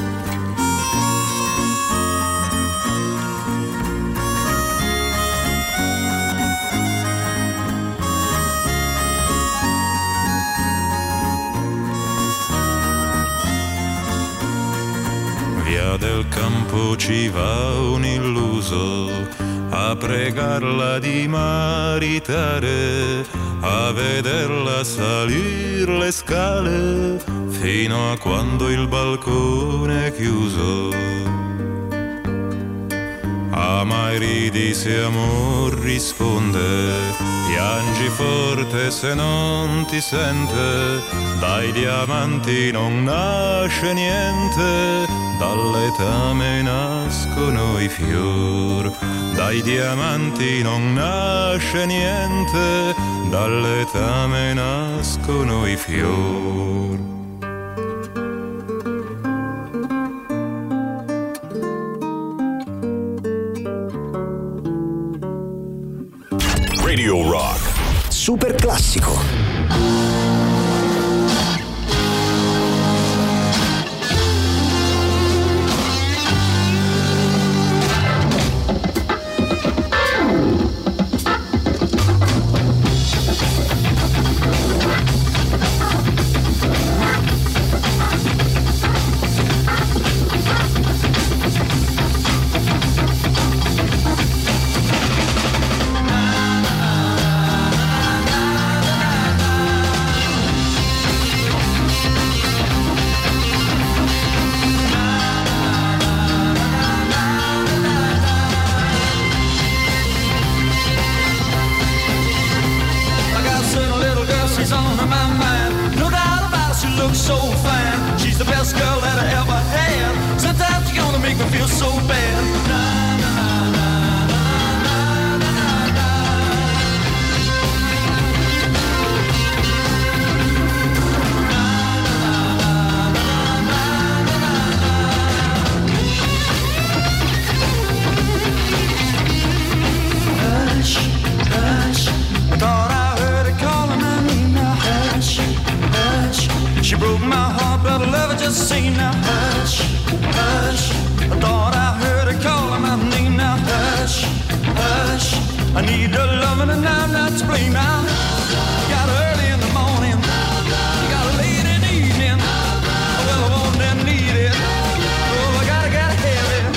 Via del campo ci va un illuso a pregarla di maritare, a vederla salir le scale fino a quando il balcone è chiuso. Ama e ridi se amor risponde, piangi forte se non ti sente, dai diamanti non nasce niente, dall'etame nascono i fior. Dai diamanti non nasce niente, dall'etame nascono i fior. Radio Rock. Super classico. broke my heart, but love just saying now hush, hush. I thought I heard her calling my name now hush, hush. I need her loving and I'm not to blame now. You got early in the morning, you got late in the evening. Well, I want and need it. Oh, I gotta have it.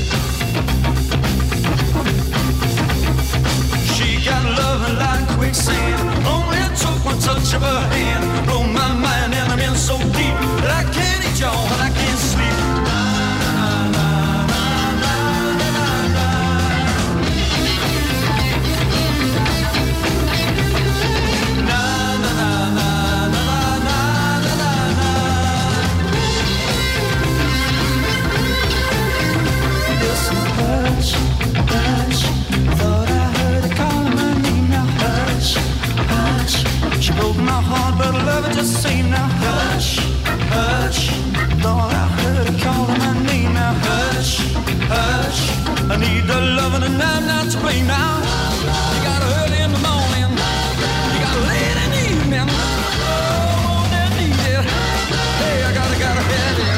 She got loving like quicksand. Only it took one touch of her hand. Blow my mind and I'm in so deep that I can't eat y'all and I can't sleep. Hush, hush, thought I heard her calling my name now. Hush, hush, she broke my heart, but love just saying now. Hush, hush, thought I heard her calling my name now. Hush, hush, I need the loving and I'm not to blame now. You got early in the morning, you got late in the evening. Oh, I need it. Hey, I gotta have it.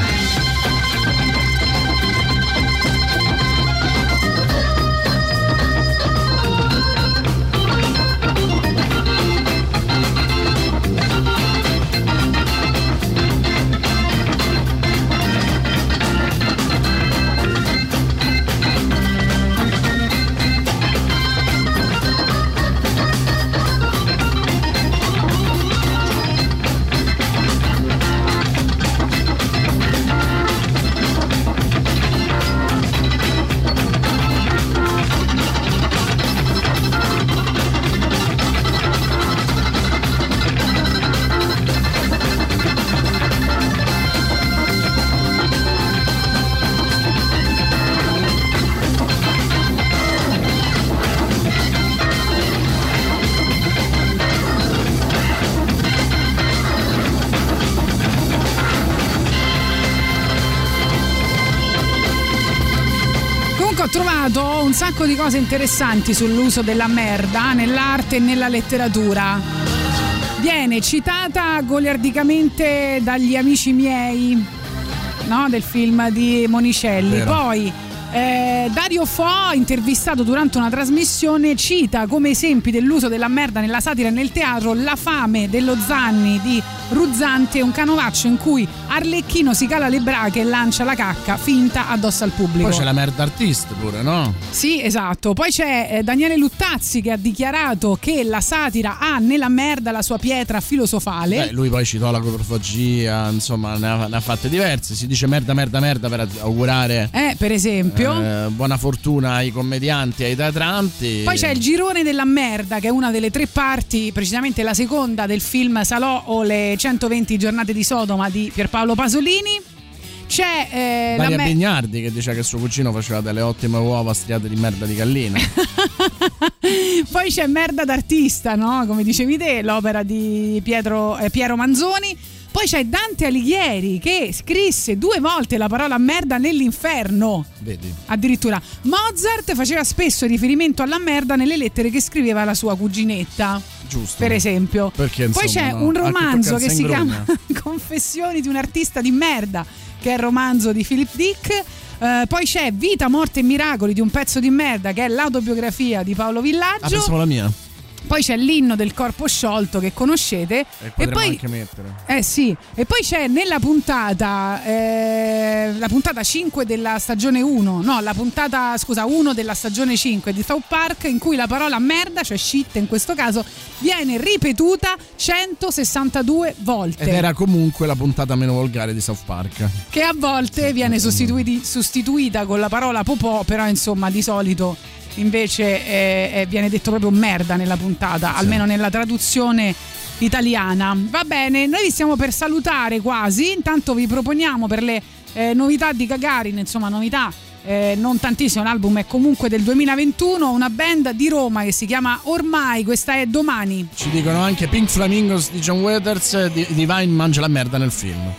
Ho trovato un sacco di cose interessanti sull'uso della merda nell'arte e nella letteratura. Viene citata goliardicamente dagli amici miei, no? Del film di Monicelli. Vero. Poi Dario Fo, intervistato durante una trasmissione, cita come esempi dell'uso della merda nella satira e nel teatro La fame dello Zanni di Ruzzante, un canovaccio in cui Arlecchino si cala le brache e lancia la cacca finta addosso al pubblico. Poi c'è la merda artist pure, no? Sì, esatto. Poi c'è Daniele Luttazzi che ha dichiarato che la satira ha nella merda la sua pietra filosofale. Lui poi citò la coprofagia, insomma ne ha fatte diverse. Si dice merda merda merda per augurare per esempio buona fortuna ai commedianti, ai teatranti. Poi c'è il girone della merda, che è una delle 3 parti, precisamente la seconda del film Salò o le 120 giornate di Sodoma di Pierpaolo Pasolini. C'è Daria Bignardi che diceva che suo cugino faceva delle ottime uova striate di merda di gallina. Poi c'è Merda d'artista, no? Come dicevi te, l'opera di Piero Manzoni. Poi c'è Dante Alighieri che scrisse 2 volte la parola merda nell'inferno. Vedi. Addirittura Mozart faceva spesso riferimento alla merda nelle lettere che scriveva alla sua cuginetta. Giusto. Per esempio. Perché, insomma, poi c'è un romanzo che si chiama Confessioni di un artista di merda, che è il romanzo di Philip Dick. Poi c'è Vita, morte e miracoli di un pezzo di merda, che è l'autobiografia di Paolo Villaggio. Pensavo la mia. Poi c'è l'inno del corpo sciolto che conoscete. E poi anche mettere. Sì. E poi c'è nella puntata la puntata 5 della stagione 1. No, la puntata 1 della stagione 5 di South Park, in cui la parola merda, cioè shit in questo caso, viene ripetuta 162 volte. Ed era comunque la puntata meno volgare di South Park, che a volte viene sostituita con la parola popò, però insomma di solito invece viene detto proprio merda nella puntata, sì. Almeno nella traduzione italiana. Va bene, noi vi stiamo per salutare quasi. Intanto vi proponiamo per le novità di Gagarin, insomma novità non tantissimo, l'album è comunque del 2021, una band di Roma che si chiama Ormai, questa è Domani. Ci dicono anche Pink Flamingos di John Waters, Divine mangia la merda nel film.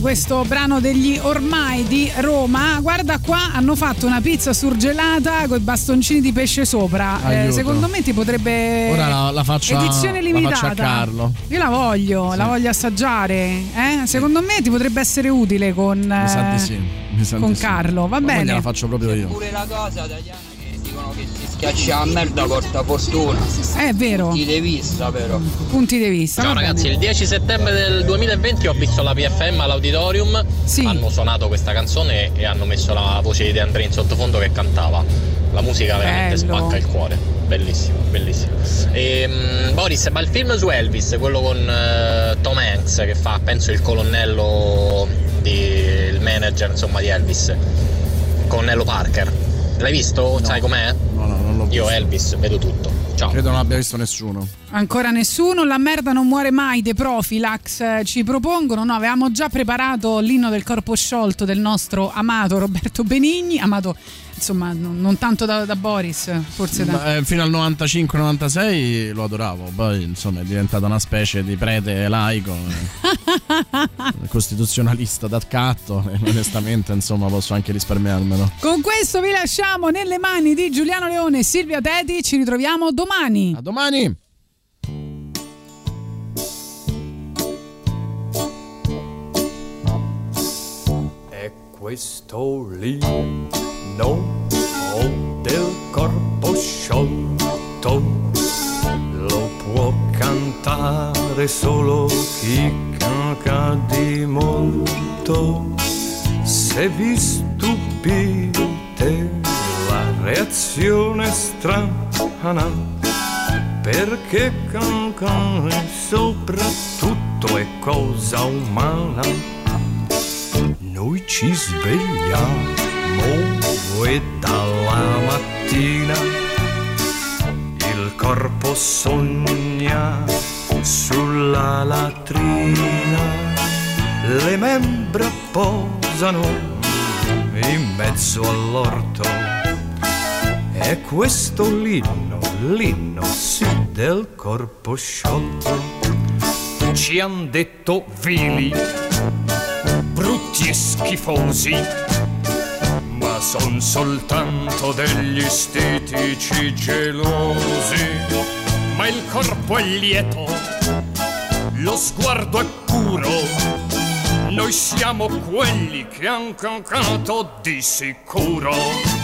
questo brano degli Ormai di Roma. Guarda qua, hanno fatto una pizza surgelata con i bastoncini di pesce sopra. Secondo me ti potrebbe. Ora la faccio edizione limitata. La faccio a Carlo. Io la voglio assaggiare. Secondo me ti potrebbe essere utile con Mi sa di sì. con Carlo. Va bene. La faccio proprio io. Pure la cosa, Tatiana, che dicono che si schiaccia la merda porta fortuna. È vero. Punti di vista, però. Punti di vista. Ciao ragazzi, il 10 settembre del 2020 ho visto la PFM all'Auditorium. Sì. Hanno suonato questa canzone e hanno messo la voce di De André in sottofondo che cantava. La musica veramente spacca il cuore. Bellissimo, bellissimo. Boris, ma il film su Elvis, quello con Tom Hanks che fa, penso, il colonnello il manager, insomma, di Elvis, colonnello Parker. L'hai visto? No. Sai com'è? No, non l'ho visto. Io Elvis vedo tutto. Ciao. Credo non abbia visto nessuno. Ancora nessuno. La merda non muore mai dei Profilax ci propongono. No, avevamo già preparato l'inno del corpo sciolto del nostro amato Roberto Benigni, amato insomma non tanto da Boris, forse fino al 95-96 lo adoravo, poi insomma è diventata una specie di prete laico costituzionalista d'accatto e onestamente insomma posso anche risparmiarmelo. Con questo vi lasciamo nelle mani di Giuliano Leone e Silvia Teti, ci ritroviamo domani. A domani. E questo lì no, del corpo sciolto lo può cantare solo chi caga di molto. Se vi stupite la reazione strana, perché cagare soprattutto è cosa umana. Noi ci svegliamo e dalla mattina il corpo sogna sulla latrina, le membra posano in mezzo all'orto. È questo l'inno sì del corpo sciolto. Ci han detto vili, brutti e schifosi, ma son soltanto degli stitici gelosi. Ma il corpo è lieto, lo sguardo è puro, noi siamo quelli che han cagato di sicuro.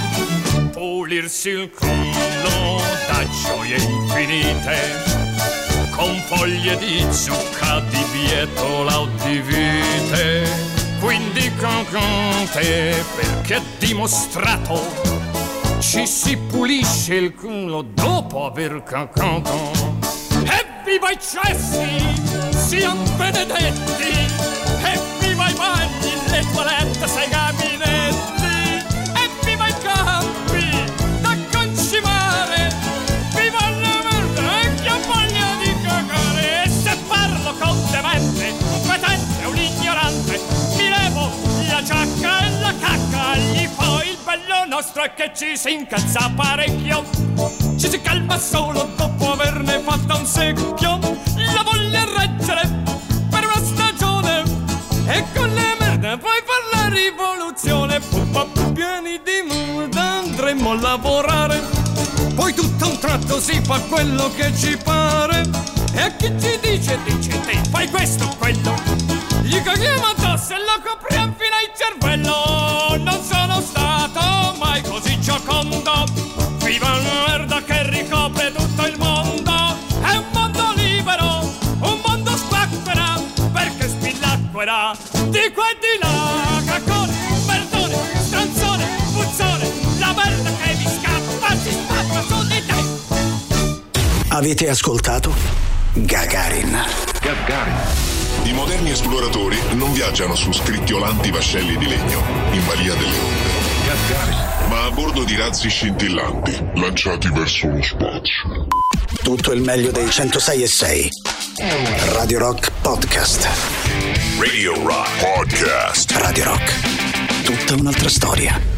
Pulirsi il culo da gioie infinite, con foglie di zucca, di bietola o di vite. Quindi cagate perché è dimostrato, ci si pulisce il culo dopo aver cagato. Evviva i cessi, siano benedetti, evviva i bagni, le toilette, sei gabinetti, evviva i campi da concimare, viva la merda e chi ha voglia di cagare. E se parlo con demente, un petente o un ignorante, mi levo la giacca e la cacca, gli poi il bello nostro è che ci si incazza parecchio, ci si calma solo dopo averne fatto un secchio. La voglia reggere per una stagione e con le merde puoi fare la rivoluzione. Pieni di merda andremo a lavorare, poi tutto a un tratto si fa quello che ci pare. E a chi ci dice te fai questo o quello, gli caghiamo addosso e lo copriamo fino al cervello. Non sono stato mai così giocondo, viva la merda che ricopre tutto il mondo. È un mondo libero, un mondo spacquerà, perché spillacquerà di qua e di là. Caccone, merdone, stronzone, puzzone, la merda che vi scappa si spacca su di te. Avete ascoltato Gagarin. I moderni esploratori non viaggiano su scricchiolanti vascelli di legno in balia delle onde, ma a bordo di razzi scintillanti lanciati verso lo spazio. Tutto il meglio dei 106.6 Radio Rock Podcast. Radio Rock Podcast. Radio Rock, tutta un'altra storia.